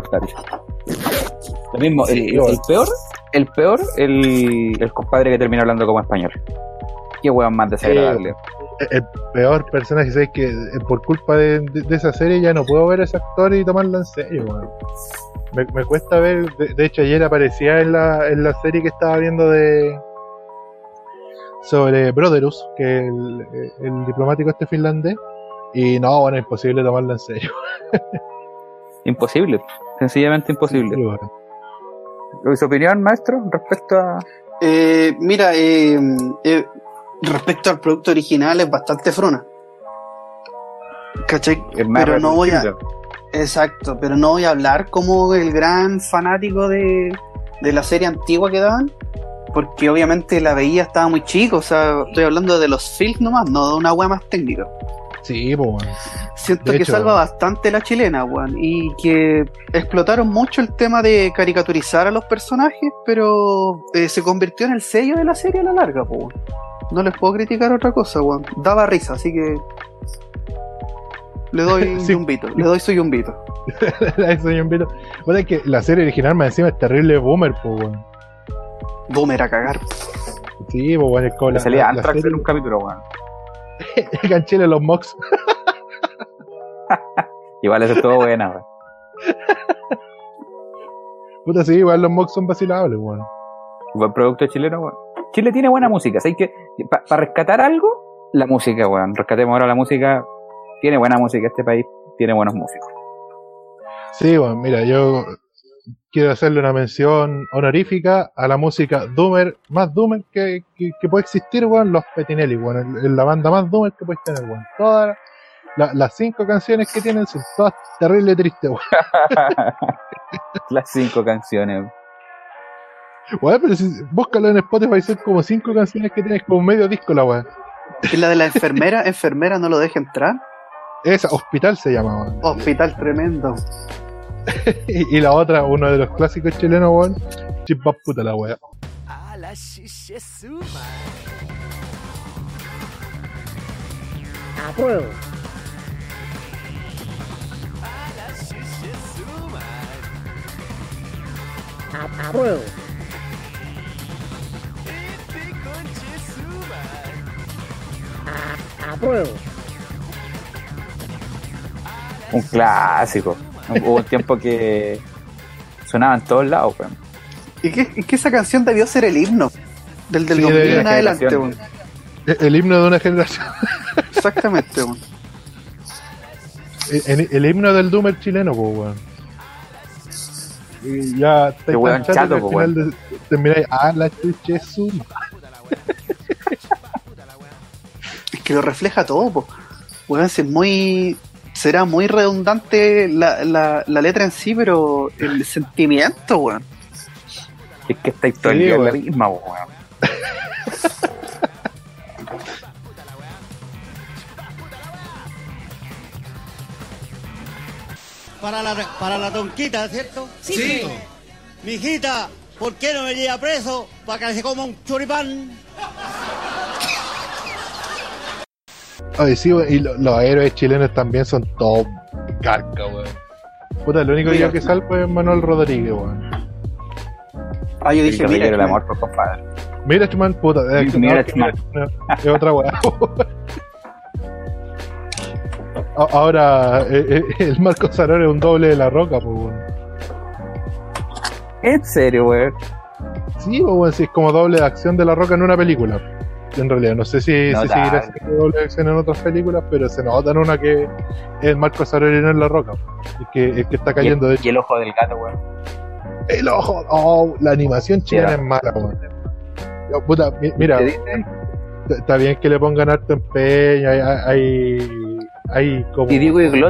Lo mismo, el peor, el compadre que termina hablando como español. Qué weón más desagradable. El peor personaje, ¿sabes? Que por culpa de esa serie ya no puedo ver a ese actor y tomarlo en serio, weón. Me cuesta ver, de hecho ayer aparecía en la serie que estaba viendo sobre Brotherus, que es el diplomático finlandés, y no, bueno, es imposible tomarlo en serio. Imposible, sencillamente imposible. Sí, bueno. ¿Su opinión, maestro, respecto a...? Mira, respecto al producto original es bastante frona. ¿Cachai? Es más Pero no voy a... reducible. Exacto, pero no voy a hablar como el gran fanático de la serie antigua que daban, porque obviamente la veía, estaba muy chico, o sea, estoy hablando de los films nomás, no de una wea más técnica. Sí, pues, weón. Siento De que hecho, salva bastante la chilena, weón, y que explotaron mucho el tema de caricaturizar a los personajes, pero se convirtió en el sello de la serie a la larga, pues, weón. No les puedo criticar otra cosa, weón. Daba risa, así que le doy Sí. yumbito, le doy su yumbito. Eso yo invito. Bueno, es que la serie original más encima es terrible boomer, pues, weón. Boomer a cagar. Sí, pues, weón, es como Le la salía Antrax serie en un capítulo, weón. en Chile los mocks. Igual eso estuvo buena, weón. Puta, sí, igual los mocks son vacilables, weón. Buen producto chileno, weón. Chile tiene buena música, ¿sabes que para rescatar algo, la música, weón. Rescatemos ahora la música. Tiene buena música este país, tiene buenos músicos. Sí, bueno, mira, yo quiero hacerle una mención honorífica a la música doomer, más doomer que puede existir, weón, los Petinelli, weón, la banda más doomer que puedes tener, weón. Todas las 5 canciones que tienen son todas terrible tristes, weón. Las 5 canciones. Weón, pero si búscalo en Spotify, son como 5 canciones que tienes como medio disco la weón. ¿Es la de la enfermera no lo deja entrar? Esa, Hospital se llama, weón. Hospital tremendo. Y la otra, uno de los clásicos chilenos, weón, Chipap puta la weón. Apruebo. Apruebo. Apruebo. Un clásico. Hubo un tiempo que sonaba en todos lados, weón. ¿Y que esa canción debió ser el himno? Del Sí, 2000 de en la adelante, generación. weón. El himno de una generación. Exactamente, weón. El himno del doomer chileno, pues, weón. Y ya estáis Qué weón tan chato chato, que po, al final termináis, la chuche suma. Es que lo refleja todo, po. Weón, será muy redundante la letra en sí, pero el sentimiento, weón. Es que estáis todo el Sí, día en la weón. misma, weón. Para la tonquita, ¿cierto? Sí. Mijita, ¿por qué no me lleva preso para que se coma un choripán? Oye, sí, weón, y los héroes chilenos también son todos carca, weón. Puta, lo único Mira. que salvo es Manuel Rodríguez, weón. Ah, yo El dije, guerrillero del mira, amor, por compadre. Mira, Chumán, puta. Mira, que Chumán. es otra weá. Ahora, el Marco Saror es un doble de La Roca, pues, weón. En serio, weón. Sí, pues, weón, sí, es como doble de acción de La Roca en una película. En realidad, no sé si No, seguirá dale. siendo doble de acción en otras películas, pero se nota en una que es Marco Saror y no es La Roca. Es que está cayendo, de hecho. Y el ojo del gato, weón. El ojo, la animación chilena es mala, weón. Puta, mira, ¿Te dice? está bien que le pongan harto empeño, hay como... Y Diego Iglot,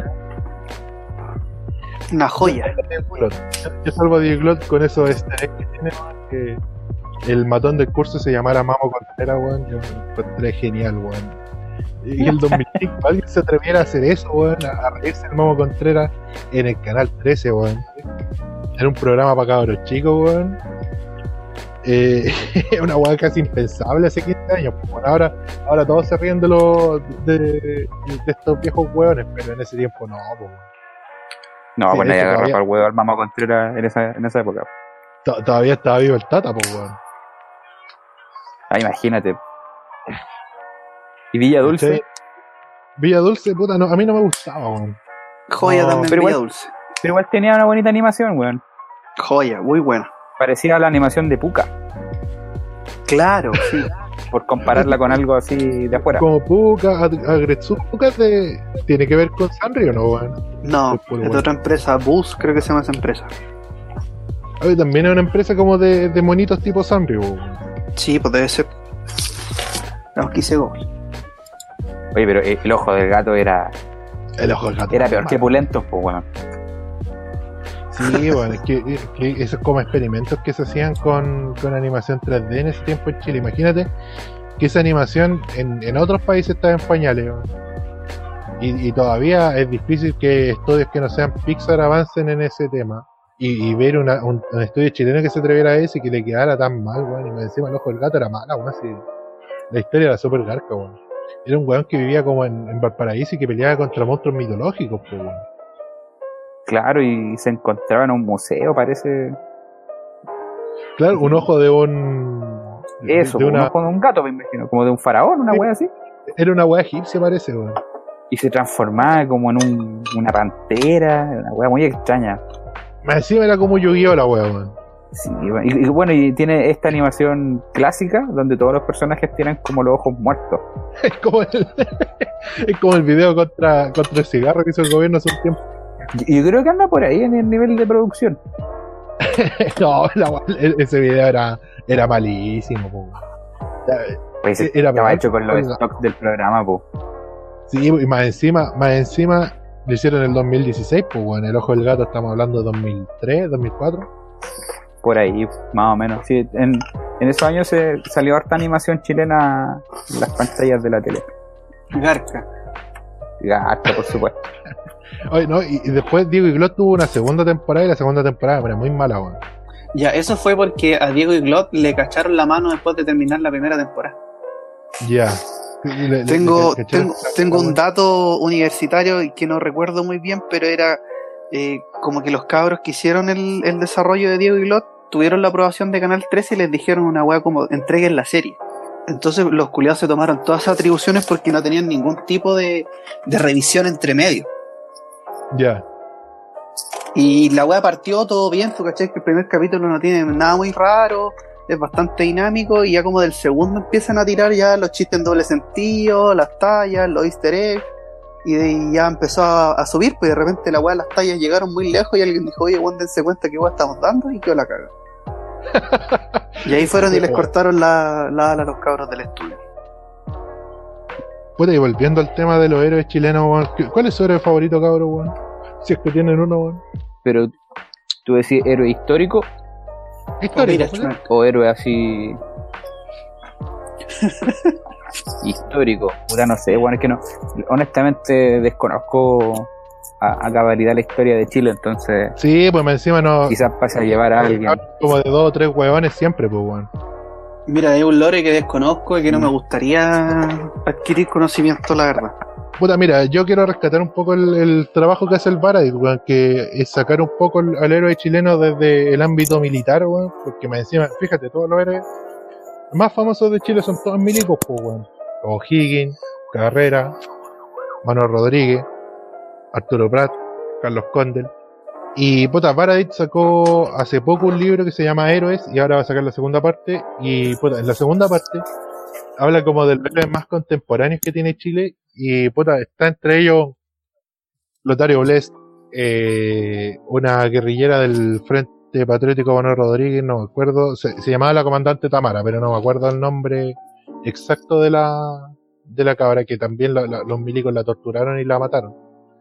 una joya. Yo salvo a Diglot con esos easter eggs que tiene, weón, que el matón del curso se llamara Mamo Contreras, weón. Yo lo encontré genial, weón. Y el 2005 alguien se atreviera a hacer eso, weón, a reírse del Mamo Contreras en el canal 13, weón. Era un programa para cabros chicos, weón. Una weá casi impensable hace 15 años. Pues, bueno, ahora todos se ríen de estos viejos weones, pero en ese tiempo no, pues. no, Sí, pues de nadie hecho, agarra todavía- para el huevo al Mamo Contreras en esa época. Todavía estaba vivo el Tata, pues, weón. Ah, imagínate. Y Villa Dulce, Sí. Villa Dulce, puta, no, a mí no me gustaba, weón. Joya No, también, pero Villa igual- Dulce. pero igual tenía una bonita animación, weón. Joya, muy buena. Parecía la animación de Puka, Claro, sí. por compararla con algo así de afuera. Como Puka, Agretsuko, Puka tiene que ver con Sanrio, ¿no, weón? No, Es puro es de bueno. otra empresa, Bus, creo que se llama esa empresa. Oye, también es una empresa como de monitos tipo Sanrio, weón. Sí, pues debe ser. No, quise go. Oye, pero el ojo del gato era El ojo del gato. peor que Pulentos, pues, weón. Sí, bueno, es que esos como experimentos que se hacían con animación 3D en ese tiempo en Chile. Imagínate que esa animación en otros países está en pañales, weón. Y todavía es difícil que estudios que no sean Pixar avancen en ese tema. Y ver un estudio chileno que se atreviera a eso y que le quedara tan mal, weón. Y más encima el ojo del gato era mala, weón. Sí. La historia era súper garca, weón. Era un weón que vivía como en Valparaíso y que peleaba contra monstruos mitológicos, pues, weón. Claro, y se encontraba en un museo, parece. Claro, un ojo de un... Eso, un ojo de un gato, me imagino, como de un faraón, una wea así. Era una wea egipcia, parece, weón. Y se transformaba como en una pantera, una wea muy extraña. Más encima era como Yu-Gi-Oh la wea, weón. Sí, y bueno, y tiene esta animación clásica donde todos los personajes tienen como los ojos muertos. Es como el video contra el cigarro que hizo el gobierno hace un tiempo. Yo creo que anda por ahí en el nivel de producción. No, ese video era malísimo, po. Pues estaba hecho con los stocks del programa, po. Sí, y más encima lo hicieron en el 2016, pues bueno, el ojo del gato estamos hablando de 2003, 2004. Por ahí, más o menos. Sí, en esos años se salió harta animación chilena en las pantallas de la tele. Garca, por supuesto. Oye, no, y después Diego y Glot tuvo una segunda temporada y la segunda temporada era muy mala, weón. Ya, eso fue porque a Diego y Glot le cacharon la mano después de terminar la primera temporada. Ya. Tengo un dato universitario que no recuerdo muy bien, pero era como que los cabros que hicieron el desarrollo de Diego y Glot tuvieron la aprobación de Canal 13 y les dijeron una weá como entreguen la serie. Entonces los culiados se tomaron todas esas atribuciones porque no tenían ningún tipo de revisión entre medio. Ya. Y la weá partió todo bien, tú cachai que el primer capítulo no tiene nada muy raro, es bastante dinámico, y ya como del segundo empiezan a tirar ya los chistes en doble sentido, las tallas, los easter eggs, y de ahí ya empezó a subir, pues de repente la weá, las tallas llegaron muy lejos y alguien dijo, oye, weón, dense cuenta que weá estamos dando, y quedó la caga. Y ahí fueron y les cortaron la ala a los cabros del estudio. Puta, y volviendo al tema de los héroes chilenos, weón, ¿cuál es su héroe favorito, cabrón, weón? Si es que tienen uno, weón. Pero, ¿tú decís héroe histórico? Histórico, o héroe así... histórico? Puta, no sé, bueno, es que no... Honestamente desconozco a cabalidad la historia de Chile, entonces... Sí, pues encima no... Quizás pase a llevar a alguien. Como de 2 o 3 huevones siempre, pues, weón. Mira, es un lore que desconozco y que no me gustaría adquirir conocimiento, la verdad. Puta, mira, yo quiero rescatar un poco el trabajo que hace el Baradit, weón, que es sacar un poco al héroe chileno desde el ámbito militar, weón, porque más encima, fíjate, todos los héroes más famosos de Chile son todos milicos, pues, weón. O'Higgins, Carrera, Manuel Rodríguez, Arturo Prat, Carlos Condel. Y puta, Baradit sacó hace poco un libro que se llama Héroes y ahora va a sacar la segunda parte. Y puta, en la segunda parte habla como de los héroes más contemporáneos que tiene Chile. Y puta, está entre ellos Lotario Blest, una guerrillera del Frente Patriótico Manuel Rodríguez, no me acuerdo, se llamaba la comandante Tamara, pero no me acuerdo el nombre exacto de la cabra, que también los milicos la torturaron y la mataron.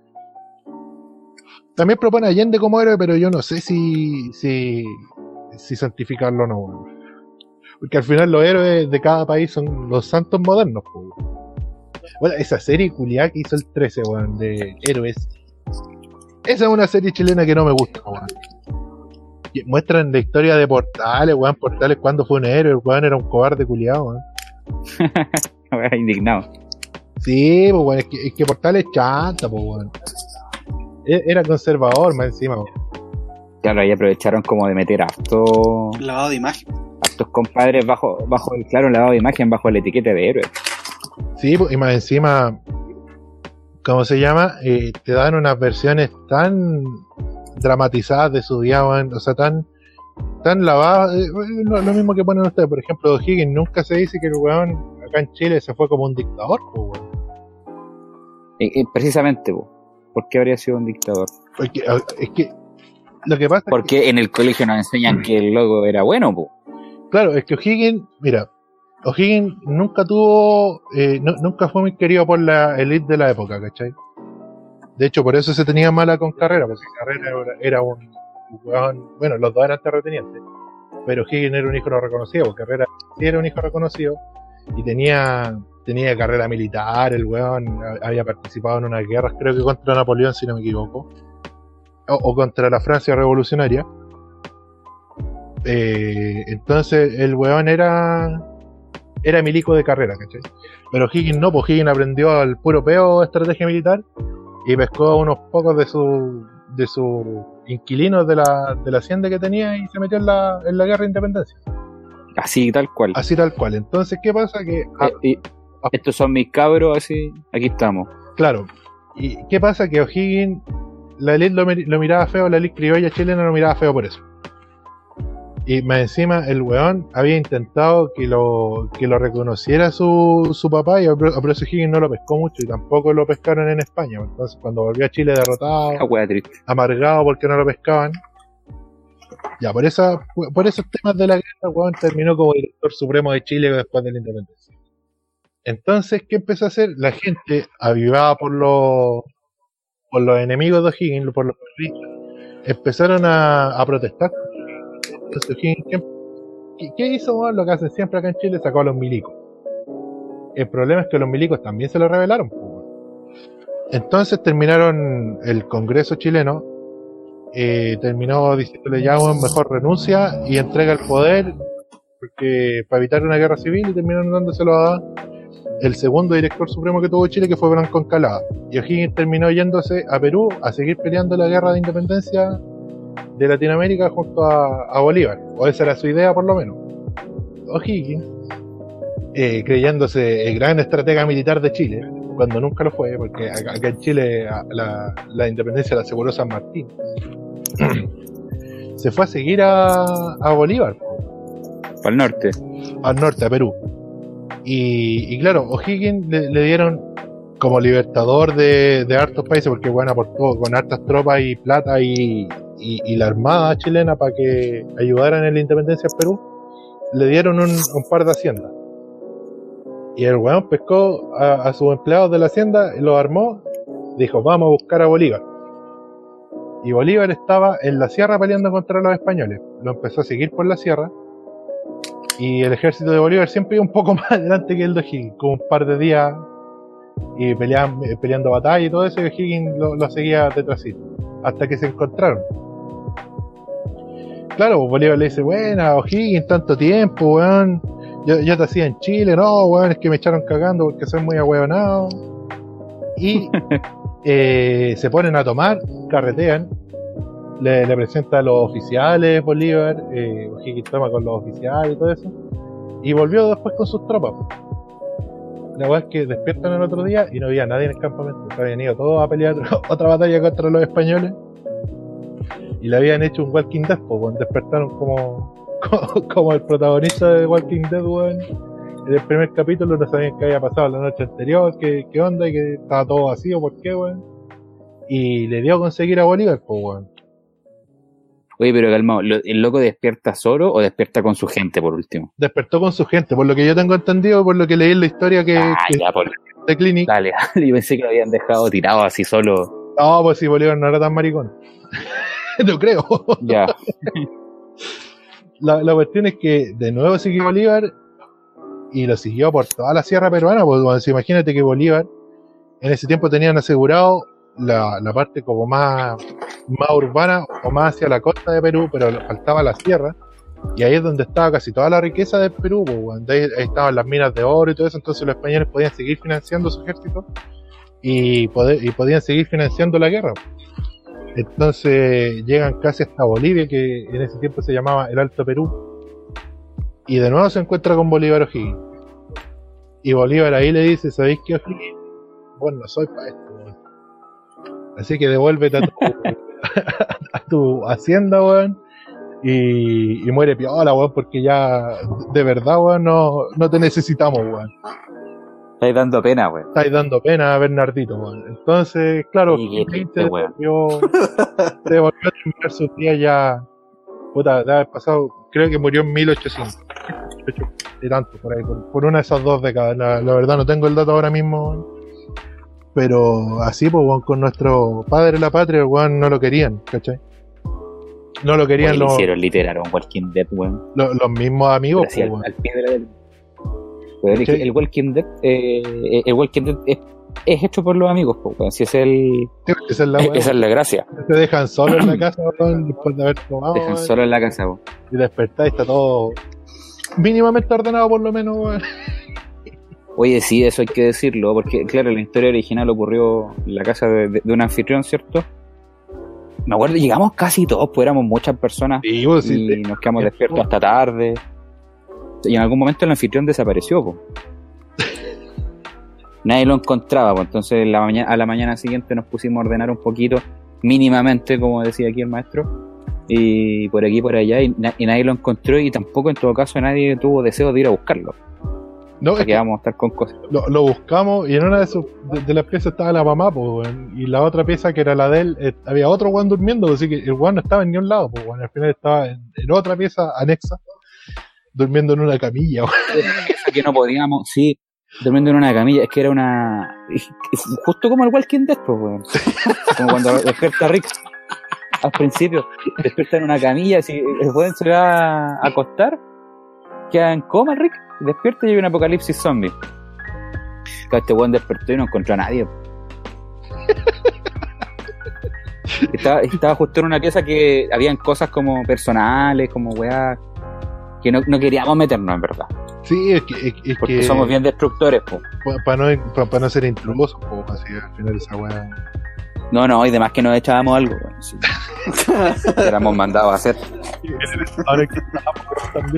También propone a Allende como héroe, pero yo no sé si santificarlo o no, bueno. Porque al final los héroes de cada país son los santos modernos, pues. Bueno, esa serie culiá que hizo el 13, weón, de héroes. Esa es una serie chilena que no me gusta, weón. Muestran la historia de Portales, weón. Portales cuando fue un héroe, weón, era un cobarde culiado, weón. Indignado. Sí, pues, weón, es que Portales es chanta, pues, weón. Era conservador más encima, weón. Claro, ahí aprovecharon como de meter lavado de imagen. Hartos compadres bajo el claro lavado de imagen, bajo la etiqueta de héroe. Sí, y más encima, ¿cómo se llama? Te dan unas versiones tan dramatizadas de su vida, weón, o sea, tan lavadas, lo mismo que ponen ustedes. Por ejemplo, O'Higgins nunca se dice que el weón acá en Chile se fue como un dictador, pues, weón. Precisamente, ¿por qué habría sido un dictador? Porque, es que lo que pasa porque es que, en el colegio nos enseñan que el logo era bueno, po. Claro, es que O'Higgins, mira, O'Higgins nunca nunca fue muy querido por la elite de la época, ¿cachai? De hecho, por eso se tenía mala con Carrera, porque Carrera era un weón, bueno, los dos eran terratenientes, pero O'Higgins era un hijo no reconocido, porque Herrera sí era un hijo reconocido, y tenía carrera militar, el weón había participado en unas guerras, creo que contra Napoleón, si no me equivoco, o contra la Francia revolucionaria. Entonces el weón era milico de carrera, ¿cachai? Pero O'Higgins no, pues O'Higgins aprendió al puro peo estrategia militar y pescó a unos pocos de sus inquilinos de la hacienda que tenía y se metió en la guerra de independencia. Así tal cual. Así tal cual. Entonces, ¿qué pasa? Que estos son mis cabros, así, aquí estamos. Claro. ¿Y qué pasa? Que O'Higgins, la élite lo miraba feo, la élite criolla chilena lo miraba feo por eso. Y más encima el weón había intentado que lo reconociera su papá, y por eso Higgins no lo pescó mucho y tampoco lo pescaron en España. Entonces cuando volvió a Chile derrotado, amargado porque no lo pescaban, ya por esos temas de la guerra, weón terminó como director supremo de Chile después de la independencia. Entonces, ¿qué empezó a hacer? La gente, avivada por los enemigos de O'Higgins, por los periodistas, empezaron a protestar. Entonces, ¿qué hizo, weón? Lo que hacen siempre acá en Chile, sacó a los milicos. El problema es que los milicos también se lo rebelaron, pues, weón. Entonces terminaron el Congreso chileno, terminó diciéndole ya, weón, mejor renuncia y entrega el poder, porque para evitar una guerra civil, y terminaron dándoselo a el segundo director supremo que tuvo Chile, que fue Branco Encalada. Y O'Higgins terminó yéndose a Perú a seguir peleando la guerra de independencia de Latinoamérica junto a Bolívar, o esa era su idea por lo menos. O'Higgins, creyéndose el gran estratega militar de Chile, cuando nunca lo fue, porque acá en Chile la independencia la aseguró San Martín, se fue a seguir a Bolívar, al norte, a Perú. Y claro, O'Higgins le dieron como libertador de hartos países, porque bueno, aportó con hartas tropas y plata y la armada chilena para que ayudaran en la independencia en Perú. Le dieron un par de haciendas, y el weón pescó a sus empleados de la hacienda, los armó, dijo vamos a buscar a Bolívar, y Bolívar estaba en la sierra peleando contra los españoles. Lo empezó a seguir por la sierra, y el ejército de Bolívar siempre iba un poco más adelante que el de O'Higgins, con un par de días y peleando batalla y todo eso, y O'Higgins lo seguía detrásito hasta que se encontraron. Claro, Bolívar le dice, bueno, O'Higgins, tanto tiempo, weón, yo te hacía en Chile, no, weón, es que me echaron cagando porque soy muy ahueonado. Y se ponen a tomar, carretean, le presenta a los oficiales Bolívar, O'Higgins toma con los oficiales y todo eso, y volvió después con sus tropas. La verdad es que despiertan el otro día y no había nadie en el campamento, se habían ido todos a pelear otra batalla contra los españoles, y le habían hecho un Walking Dead, pues, despertaron como el protagonista de Walking Dead, weón. En el primer capítulo no sabían qué había pasado la noche anterior, qué onda, y que estaba todo vacío, ¿por qué, weón? Y le dio a conseguir a Bolívar, pues, weón. Oye, pero calmado, ¿el loco despierta solo o despierta con su gente por último? Despertó con su gente, por lo que yo tengo entendido, por lo que leí en la historia de Clinic. Dale, yo pensé que lo habían dejado tirado así solo. No, pues si Bolívar no era tan maricón. No creo. Ya. La cuestión es que de nuevo siguió Bolívar y lo siguió por toda la sierra peruana, pues bueno, imagínate que Bolívar en ese tiempo tenían asegurado la parte como más urbana o más hacia la costa de Perú, pero le faltaba la sierra, y ahí es donde estaba casi toda la riqueza de Perú, pues, bueno, ahí estaban las minas de oro y todo eso. Entonces los españoles podían seguir financiando su ejército y podían seguir financiando la guerra. Entonces llegan casi hasta Bolivia, que en ese tiempo se llamaba el Alto Perú, y de nuevo se encuentra con Bolívar O'Higgins, y Bolívar ahí le dice, ¿sabéis qué, O'Higgins? Bueno, no soy para esto, weón. Así que devuélvete a tu hacienda, weón, y muere piola, weón, porque ya de verdad, weón, no te necesitamos, weón. Estáis dando pena, weón. Estáis dando pena a Bernardito, weón. Entonces, claro, se volvió a terminar sus días ya, puta, de haber pasado, creo que murió en 1800 y tanto, por ahí, por una de esas 2 décadas. La verdad no tengo el dato ahora mismo, weón. Pero así, pues, weón, con nuestro padre la patria, weón, no lo querían, ¿cachai? No lo querían Oye, hicieron literal un Walking Dead, weón. los mismos amigos. Pero así, Pues, al pie de la letra. Pero es que el Walking Dead, es hecho por los amigos, pues, weón. Si es el... esa esa es la gracia. Te dejan solo en la casa, weón, después de haber tomado. Dejan weón, solo en la casa, weón. y despertáis, está todo mínimamente ordenado por lo menos, weón. Oye, sí, eso hay que decirlo, porque claro, la historia original ocurrió en la casa de un anfitrión, ¿cierto? Me acuerdo, llegamos casi todos, pues éramos muchas personas Sí, pues, sí, y nos quedamos despiertos hasta tarde. Y en algún momento el anfitrión desapareció, pues. Nadie lo encontraba, pues. Entonces a la mañana siguiente nos pusimos a ordenar un poquito, mínimamente, como decía aquí el maestro, y por aquí y por allá, y nadie lo encontró, y tampoco en todo caso nadie tuvo deseo de ir a buscarlo. No, es Que vamos a estar con cosas. lo buscamos y en una de las piezas estaba la mamá, pues, weón, y la otra pieza que era la de él, había otro weón durmiendo, así que el weón no estaba en ni un lado, pues, weón, al final estaba en otra pieza anexa, durmiendo en una camilla, weón. Que no podíamos, sí, durmiendo en una camilla, es que era justo como el Walking Dead, pues, weón. Como cuando despierta Rick al principio, despierta en una camilla, si el weón se va a acostar, queda en coma Rick, despierta y hay un apocalipsis zombie. Este weón despertó y no encontró a nadie. Estaba justo en una pieza que habían cosas como personales, como weá, que no queríamos meternos, en verdad. Sí, es porque que somos bien destructores, po. Para no ser intrusos, pues, así al final esa weá. No, y demás que nos echábamos algo, weón. Sí. Éramos mandados a hacer. Ahora que también.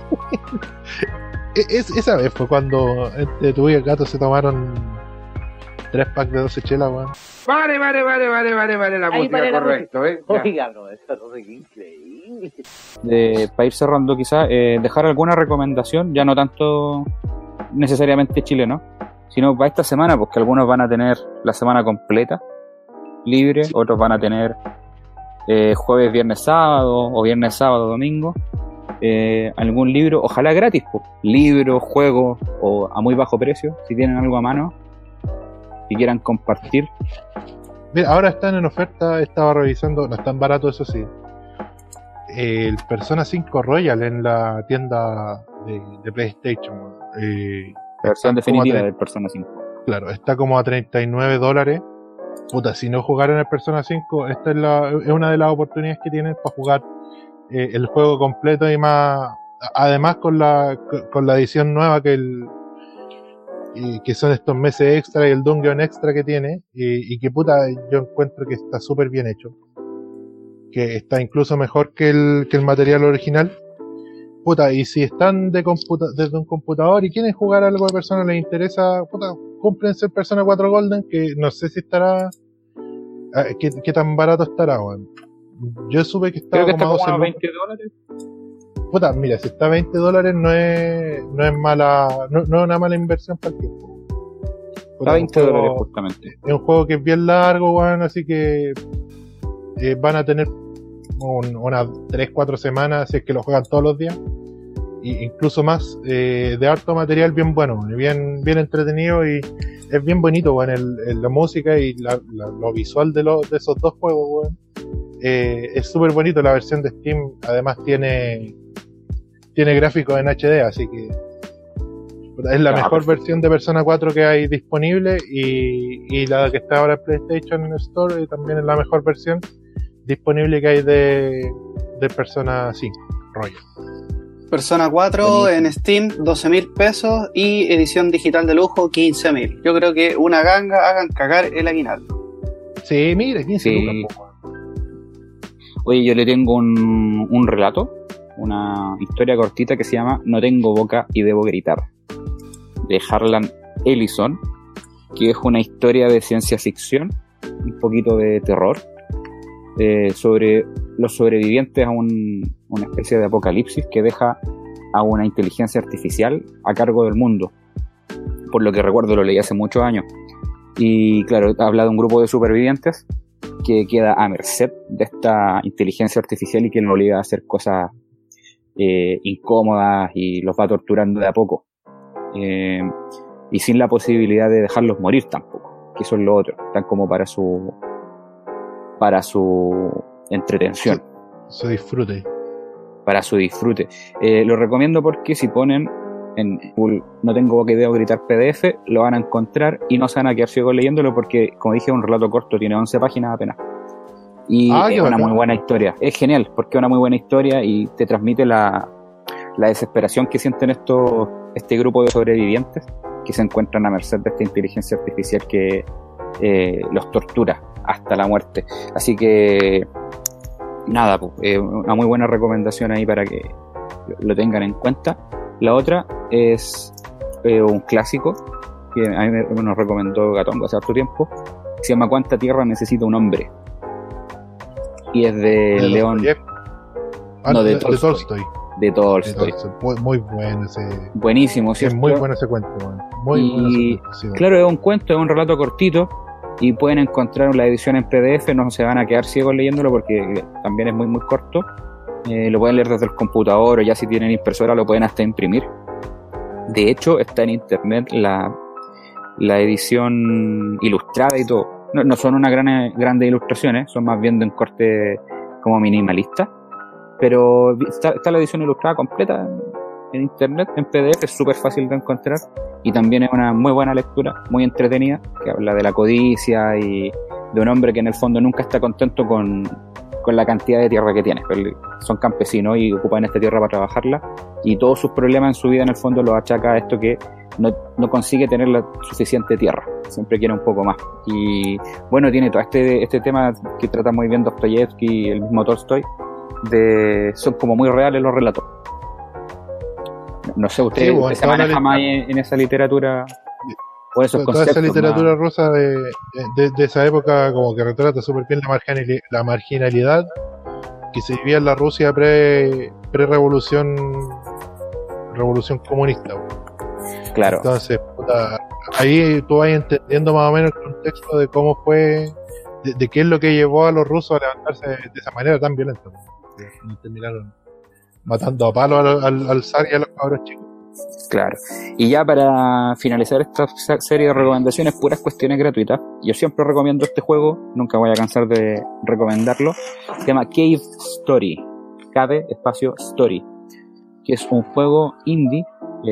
Esa vez fue cuando tú y el gato se tomaron 3 packs de 12 chelas, weón. Vale, la música, correcto, ¿eh? Oiga, no, eso no es increíble. Para ir cerrando, quizás, dejar alguna recomendación, ya no tanto necesariamente chileno, sino para esta semana, porque algunos van a tener la semana completa libre, sí. Otros van a tener jueves, viernes, sábado, o viernes, sábado, domingo. Algún libro, ojalá gratis, pues. Libro, juego, o a muy bajo precio, si tienen algo a mano y quieran compartir. Mira, ahora están en oferta, estaba revisando, no están baratos, eso sí, el Persona 5 Royal en la tienda de PlayStation. La versión definitiva del Persona 5. Claro, está como a $39. Puta, si no jugaron el Persona 5, esta es una de las oportunidades que tienen para jugar el juego completo y más, además con la edición nueva que son estos meses extra y el dungeon extra que tiene, y que puta, yo encuentro que está súper bien hecho, que está incluso mejor que el material original. Puta, y si están desde un computador y quieren jugar algo de Persona, les interesa, puta, cómprense el Persona 4 Golden, que no sé si estará, qué tan barato estará, weón. Yo supe que estaba como a $20. Puta, mira, si está a $20 no es mala, no es una mala inversión para el tiempo. Puta, a $20 justamente. Es un juego que es bien largo, weón, así que van a tener unas 3-4 semanas si es que lo juegan todos los días, e incluso más, de harto material bien bueno, bien entretenido, y es bien bonito, weón, la música y lo visual de esos dos juegos, weón. Es súper bonito. La versión de Steam además tiene gráficos en HD, así que es la mejor versión de Persona 4 que hay disponible, y la que está ahora en PlayStation Store también es la mejor versión disponible que hay de Persona 5 Royal. Persona 4 en Steam, 12.000 pesos, y edición digital de lujo, 15.000. Yo creo que una ganga, hagan cagar el aguinaldo. Sí, mire, 15 sí. lucas. Oye, yo le tengo un relato, una historia cortita que se llama No tengo boca y debo gritar, de Harlan Ellison, que es una historia de ciencia ficción, un poquito de terror, sobre los sobrevivientes a una especie de apocalipsis que deja a una inteligencia artificial a cargo del mundo. Por lo que recuerdo, lo leí hace muchos años. Y claro, habla de un grupo de supervivientes que queda a merced de esta inteligencia artificial y que lo obliga a hacer cosas incómodas y los va torturando de a poco. Y sin la posibilidad de dejarlos morir tampoco, que eso es lo otro. Están como para su entretención. se disfrute. Para su disfrute. Lo recomiendo porque si ponen en Google no tengo video gritar PDF, lo van a encontrar y no se van a quedar ciegos leyéndolo porque, como dije, es un relato corto, tiene 11 páginas apenas. Y es una muy buena historia. Es genial porque es una muy buena historia y te transmite la desesperación que sienten este grupo de sobrevivientes que se encuentran a merced de esta inteligencia artificial que los tortura hasta la muerte. Así que nada, una muy buena recomendación ahí para que lo tengan en cuenta. La otra es un clásico que a mí nos recomendó Gatongo hace harto tiempo, que se llama ¿Cuánta tierra necesita un hombre? Y es de León. No, de Tolstoy. De Tolstoy. Muy bueno ese. Buenísimo, ¿cierto? Es muy bueno ese cuento, man. Muy bueno ese cuento, sí, claro, es un cuento, es un relato cortito y pueden encontrar la edición en PDF, no se van a quedar ciegos leyéndolo porque también es muy muy corto. Lo pueden leer desde el computador o ya si tienen impresora lo pueden hasta imprimir. De hecho está en internet la edición ilustrada y todo. No son unas grandes ilustraciones, son más bien de un corte como minimalista, pero está la edición ilustrada completa en internet, en PDF, es súper fácil de encontrar y también es una muy buena lectura, muy entretenida, que habla de la codicia y de un hombre que en el fondo nunca está contento con la cantidad de tierra que tiene. Son campesinos y ocupan esta tierra para trabajarla y todos sus problemas en su vida en el fondo los achaca a esto que no consigue tener la suficiente tierra, siempre quiere un poco más. Y bueno, tiene todo este tema que trata muy bien Dostoyevsky y el mismo Tolstoy, son como muy reales los relatos. No sé, usted se maneja más en esa literatura o esos conceptos. Toda esa literatura rusa de esa época como que retrata súper bien la marginalidad que se vivía en la Rusia pre-revolución comunista. Claro. Entonces, ahí tú vas entendiendo más o menos el contexto de cómo fue, de qué es lo que llevó a los rusos a levantarse de esa manera tan violenta. Terminaron matando a palo al zar y a los cabros chicos. Claro. Y ya para finalizar esta serie de recomendaciones, puras cuestiones gratuitas. Yo siempre recomiendo este juego, nunca voy a cansar de recomendarlo. Se llama Cave Story. Cave espacio Story. Que es un juego indie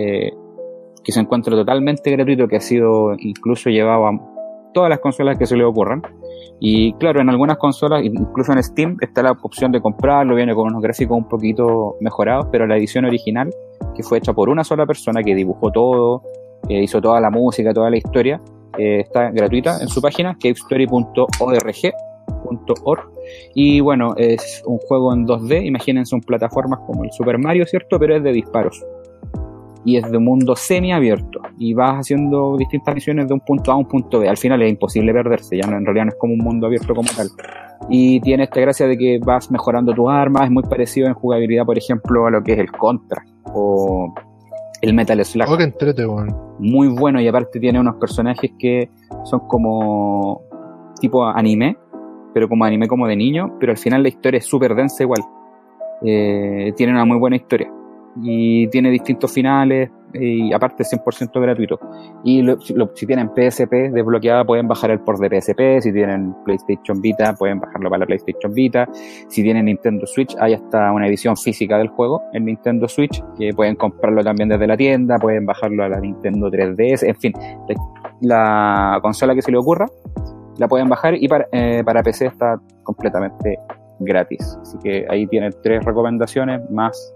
que se encuentra totalmente gratuito, que ha sido incluso llevado a todas las consolas que se le ocurran. Y claro, en algunas consolas, incluso en Steam, está la opción de comprarlo, viene con unos gráficos un poquito mejorados, pero la edición original, que fue hecha por una sola persona que dibujó todo, hizo toda la música, toda la historia, está gratuita en su página, cavestory.org. Y bueno, es un juego en 2D, imagínense en plataformas como el Super Mario, ¿cierto? Pero es de disparos. Y es de un mundo semiabierto y vas haciendo distintas misiones de un punto A a un punto B. Al final es imposible perderse, ya en realidad no es como un mundo abierto como tal. Y tiene esta gracia de que vas mejorando tus armas, es muy parecido en jugabilidad, por ejemplo, a lo que es el Contra o el Metal Slug. Oh, que entrete, bueno. Muy bueno, y aparte tiene unos personajes que son como tipo anime, pero como anime como de niño, pero al final la historia es súper densa igual. Tiene una muy buena historia. Y tiene distintos finales y aparte es 100% gratuito. Y si tienen PSP desbloqueada pueden bajar el port de PSP. Si tienen PlayStation Vita pueden bajarlo para la PlayStation Vita. Si tienen Nintendo Switch hay hasta una edición física del juego en Nintendo Switch, que pueden comprarlo también desde la tienda, pueden bajarlo a la Nintendo 3DS, en fin, la consola que se le ocurra la pueden bajar. Y para PC está completamente gratis. Así que ahí tienen 3 recomendaciones más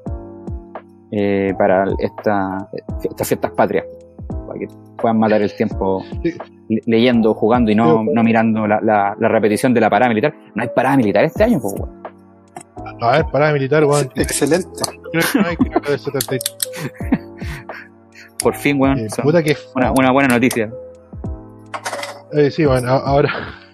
para estas fiestas patrias, para que puedan matar el tiempo leyendo, jugando y no mirando la repetición de la parada militar. No hay parada militar este año, pues, weón. No hay parada militar, weón. Excelente. Creo que del 78. Por fin, weón. Puta que una buena noticia. Sí, bueno, ahora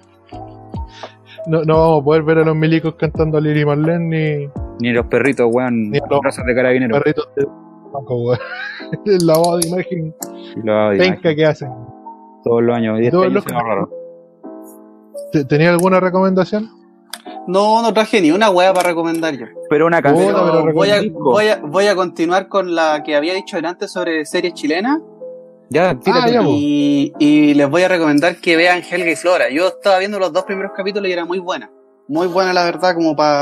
no vamos a poder ver a los milicos cantando a Lili Marlene ni los perritos, weón, ni los brazos de carabineros. Perritos de banco, weón. El lavado de imagen. Penca que hacen. Todos los años. Y todos los se raro. ¿Tenía alguna recomendación? No traje ni una wea para recomendar yo. Pero una canción. Voy a continuar con la que había dicho antes sobre series chilenas. Ya, y les voy a recomendar que vean Helga y Flora. Yo estaba viendo los 2 primeros capítulos y era muy buena. Muy buena, la verdad, como para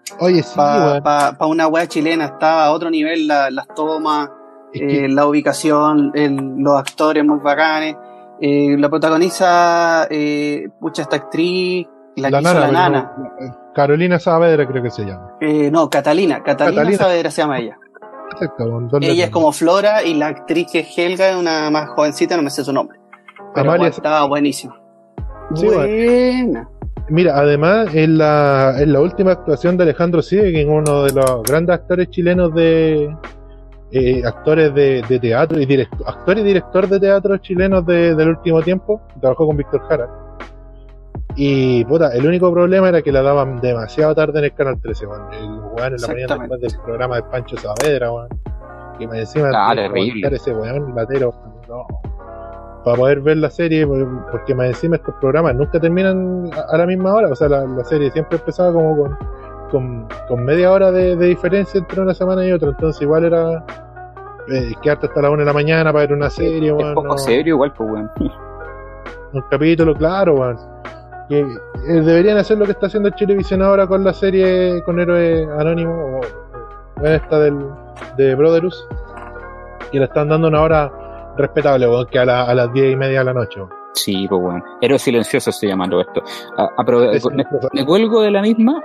Oye, sí, weón. Pa una weá chilena estaba a otro nivel las tomas, Es que- la ubicación, los actores muy bacanes. La protagoniza esta actriz, la que hizo la pero nana. Carolina Saavedra creo que se llama. No, Catalina Saavedra se llama ella. Exacto, weón, dos Ella es letras. como Flora y la actriz que es Helga es una más jovencita, no me sé su nombre. Pero Amalia weón, estaba buenísima. Sí, Buena. Mira, además, en la última actuación de Alejandro Sigue, que es uno de los grandes actores chilenos actores de teatro y actor y director de teatro chilenos del último tiempo, trabajó con Víctor Jara. Y puta, el único problema era que la daban demasiado tarde en el canal 13, weón. Los weones la ponían después del programa de Pancho Saavedra, weón. Y me encima terrible. ese weón latero, no. Para poder ver la serie, porque más encima estos programas nunca terminan a la misma hora, o sea, la serie siempre empezaba como con media hora de diferencia entre una semana y otra, entonces igual era quedarte hasta la 1 de la mañana para ver una serie, Es weón, poco serio igual, pues, weón. un capítulo, claro, weón. Que deberían hacer lo que está haciendo Chilevisión ahora con la serie con Héroes Anónimos, o esta de Brotherhood, que le están dando una hora respetable, weón, que a las 10:30 de la noche, weón. Sí, pues, weón. Héroes silenciosos se llama todo esto. Me Es- cuelgo de la misma.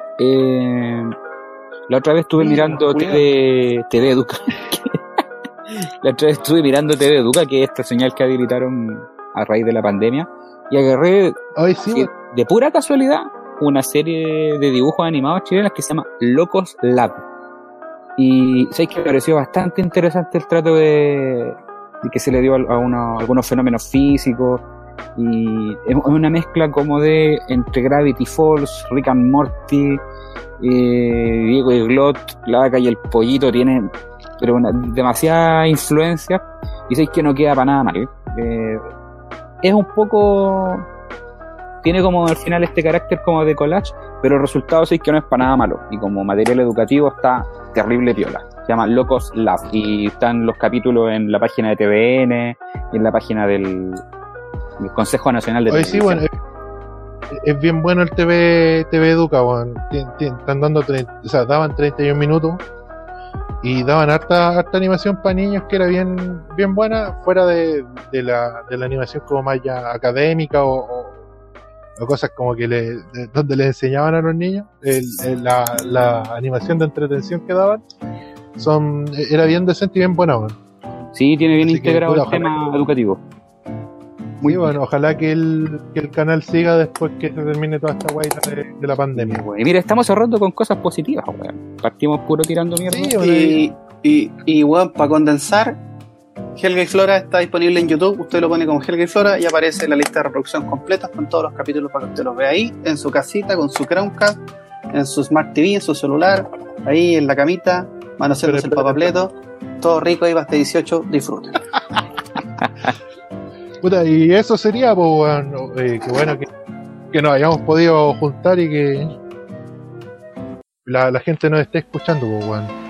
La otra vez estuve mirando TV Educa. La otra vez estuve mirando TV Educa, que es esta señal que habilitaron a raíz de la pandemia. Y agarré, Ay, sí, sí, weón. de pura casualidad, una serie de dibujos animados chilenas que se llama Locos Lab. Y sé que me pareció bastante interesante el trato de que se le dio a algunos fenómenos físicos. Y es una mezcla como entre Gravity Falls, Rick and Morty, Diego y Glot, la vaca y el pollito tienen pero demasiada influencia, y sé que no queda para nada mal. Es un poco, tiene como al final este carácter como de collage, pero el resultado sí que no es para nada malo, y como material educativo está terrible piola. Se llama Locos Lab y están los capítulos en la página de TVN y en la página del Consejo Nacional de Oye, sí, Televisión. bueno, es bien bueno el TV Educa, weón. Están dando daban 31 minutos y daban harta animación para niños que era bien buena, fuera de la animación como más ya académica o cosas como que donde les enseñaban a los niños. La animación de entretención que daban era bien decente y bien buena, weón. Sí, tiene bien Así que, integrado puta, el tema educativo. Muy bueno, ojalá que el canal siga después que se termine toda esta guaita de la pandemia. Y mira, estamos cerrando con cosas positivas, weón. Partimos puro tirando mierda. Sí, y bueno, para condensar, Helga y Flora está disponible en YouTube. Usted lo pone como Helga y Flora y aparece la lista de reproducción completa con todos los capítulos para que usted los vea ahí, en su casita, con su Chromecast, en su Smart TV, en su celular, ahí en la camita, manoseándose el papapleto. Todo rico ahí, hasta 18, disfruten. Puta, y eso sería, pues, bueno, que bueno que nos hayamos podido juntar y que la gente nos esté escuchando, pues, bueno.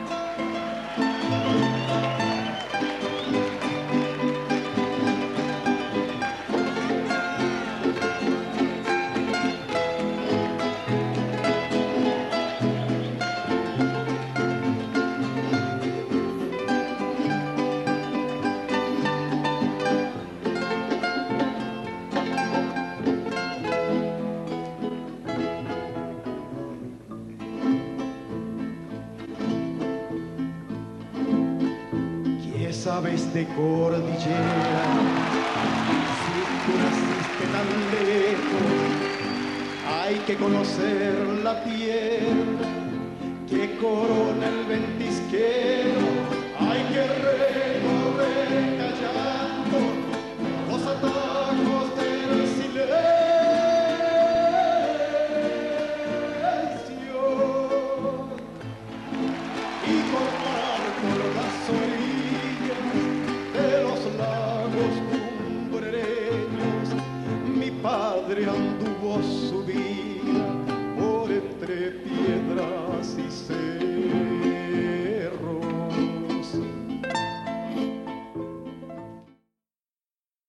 Sabes de cordillera, si tú naciste tan lejos, hay que conocer la tierra que corona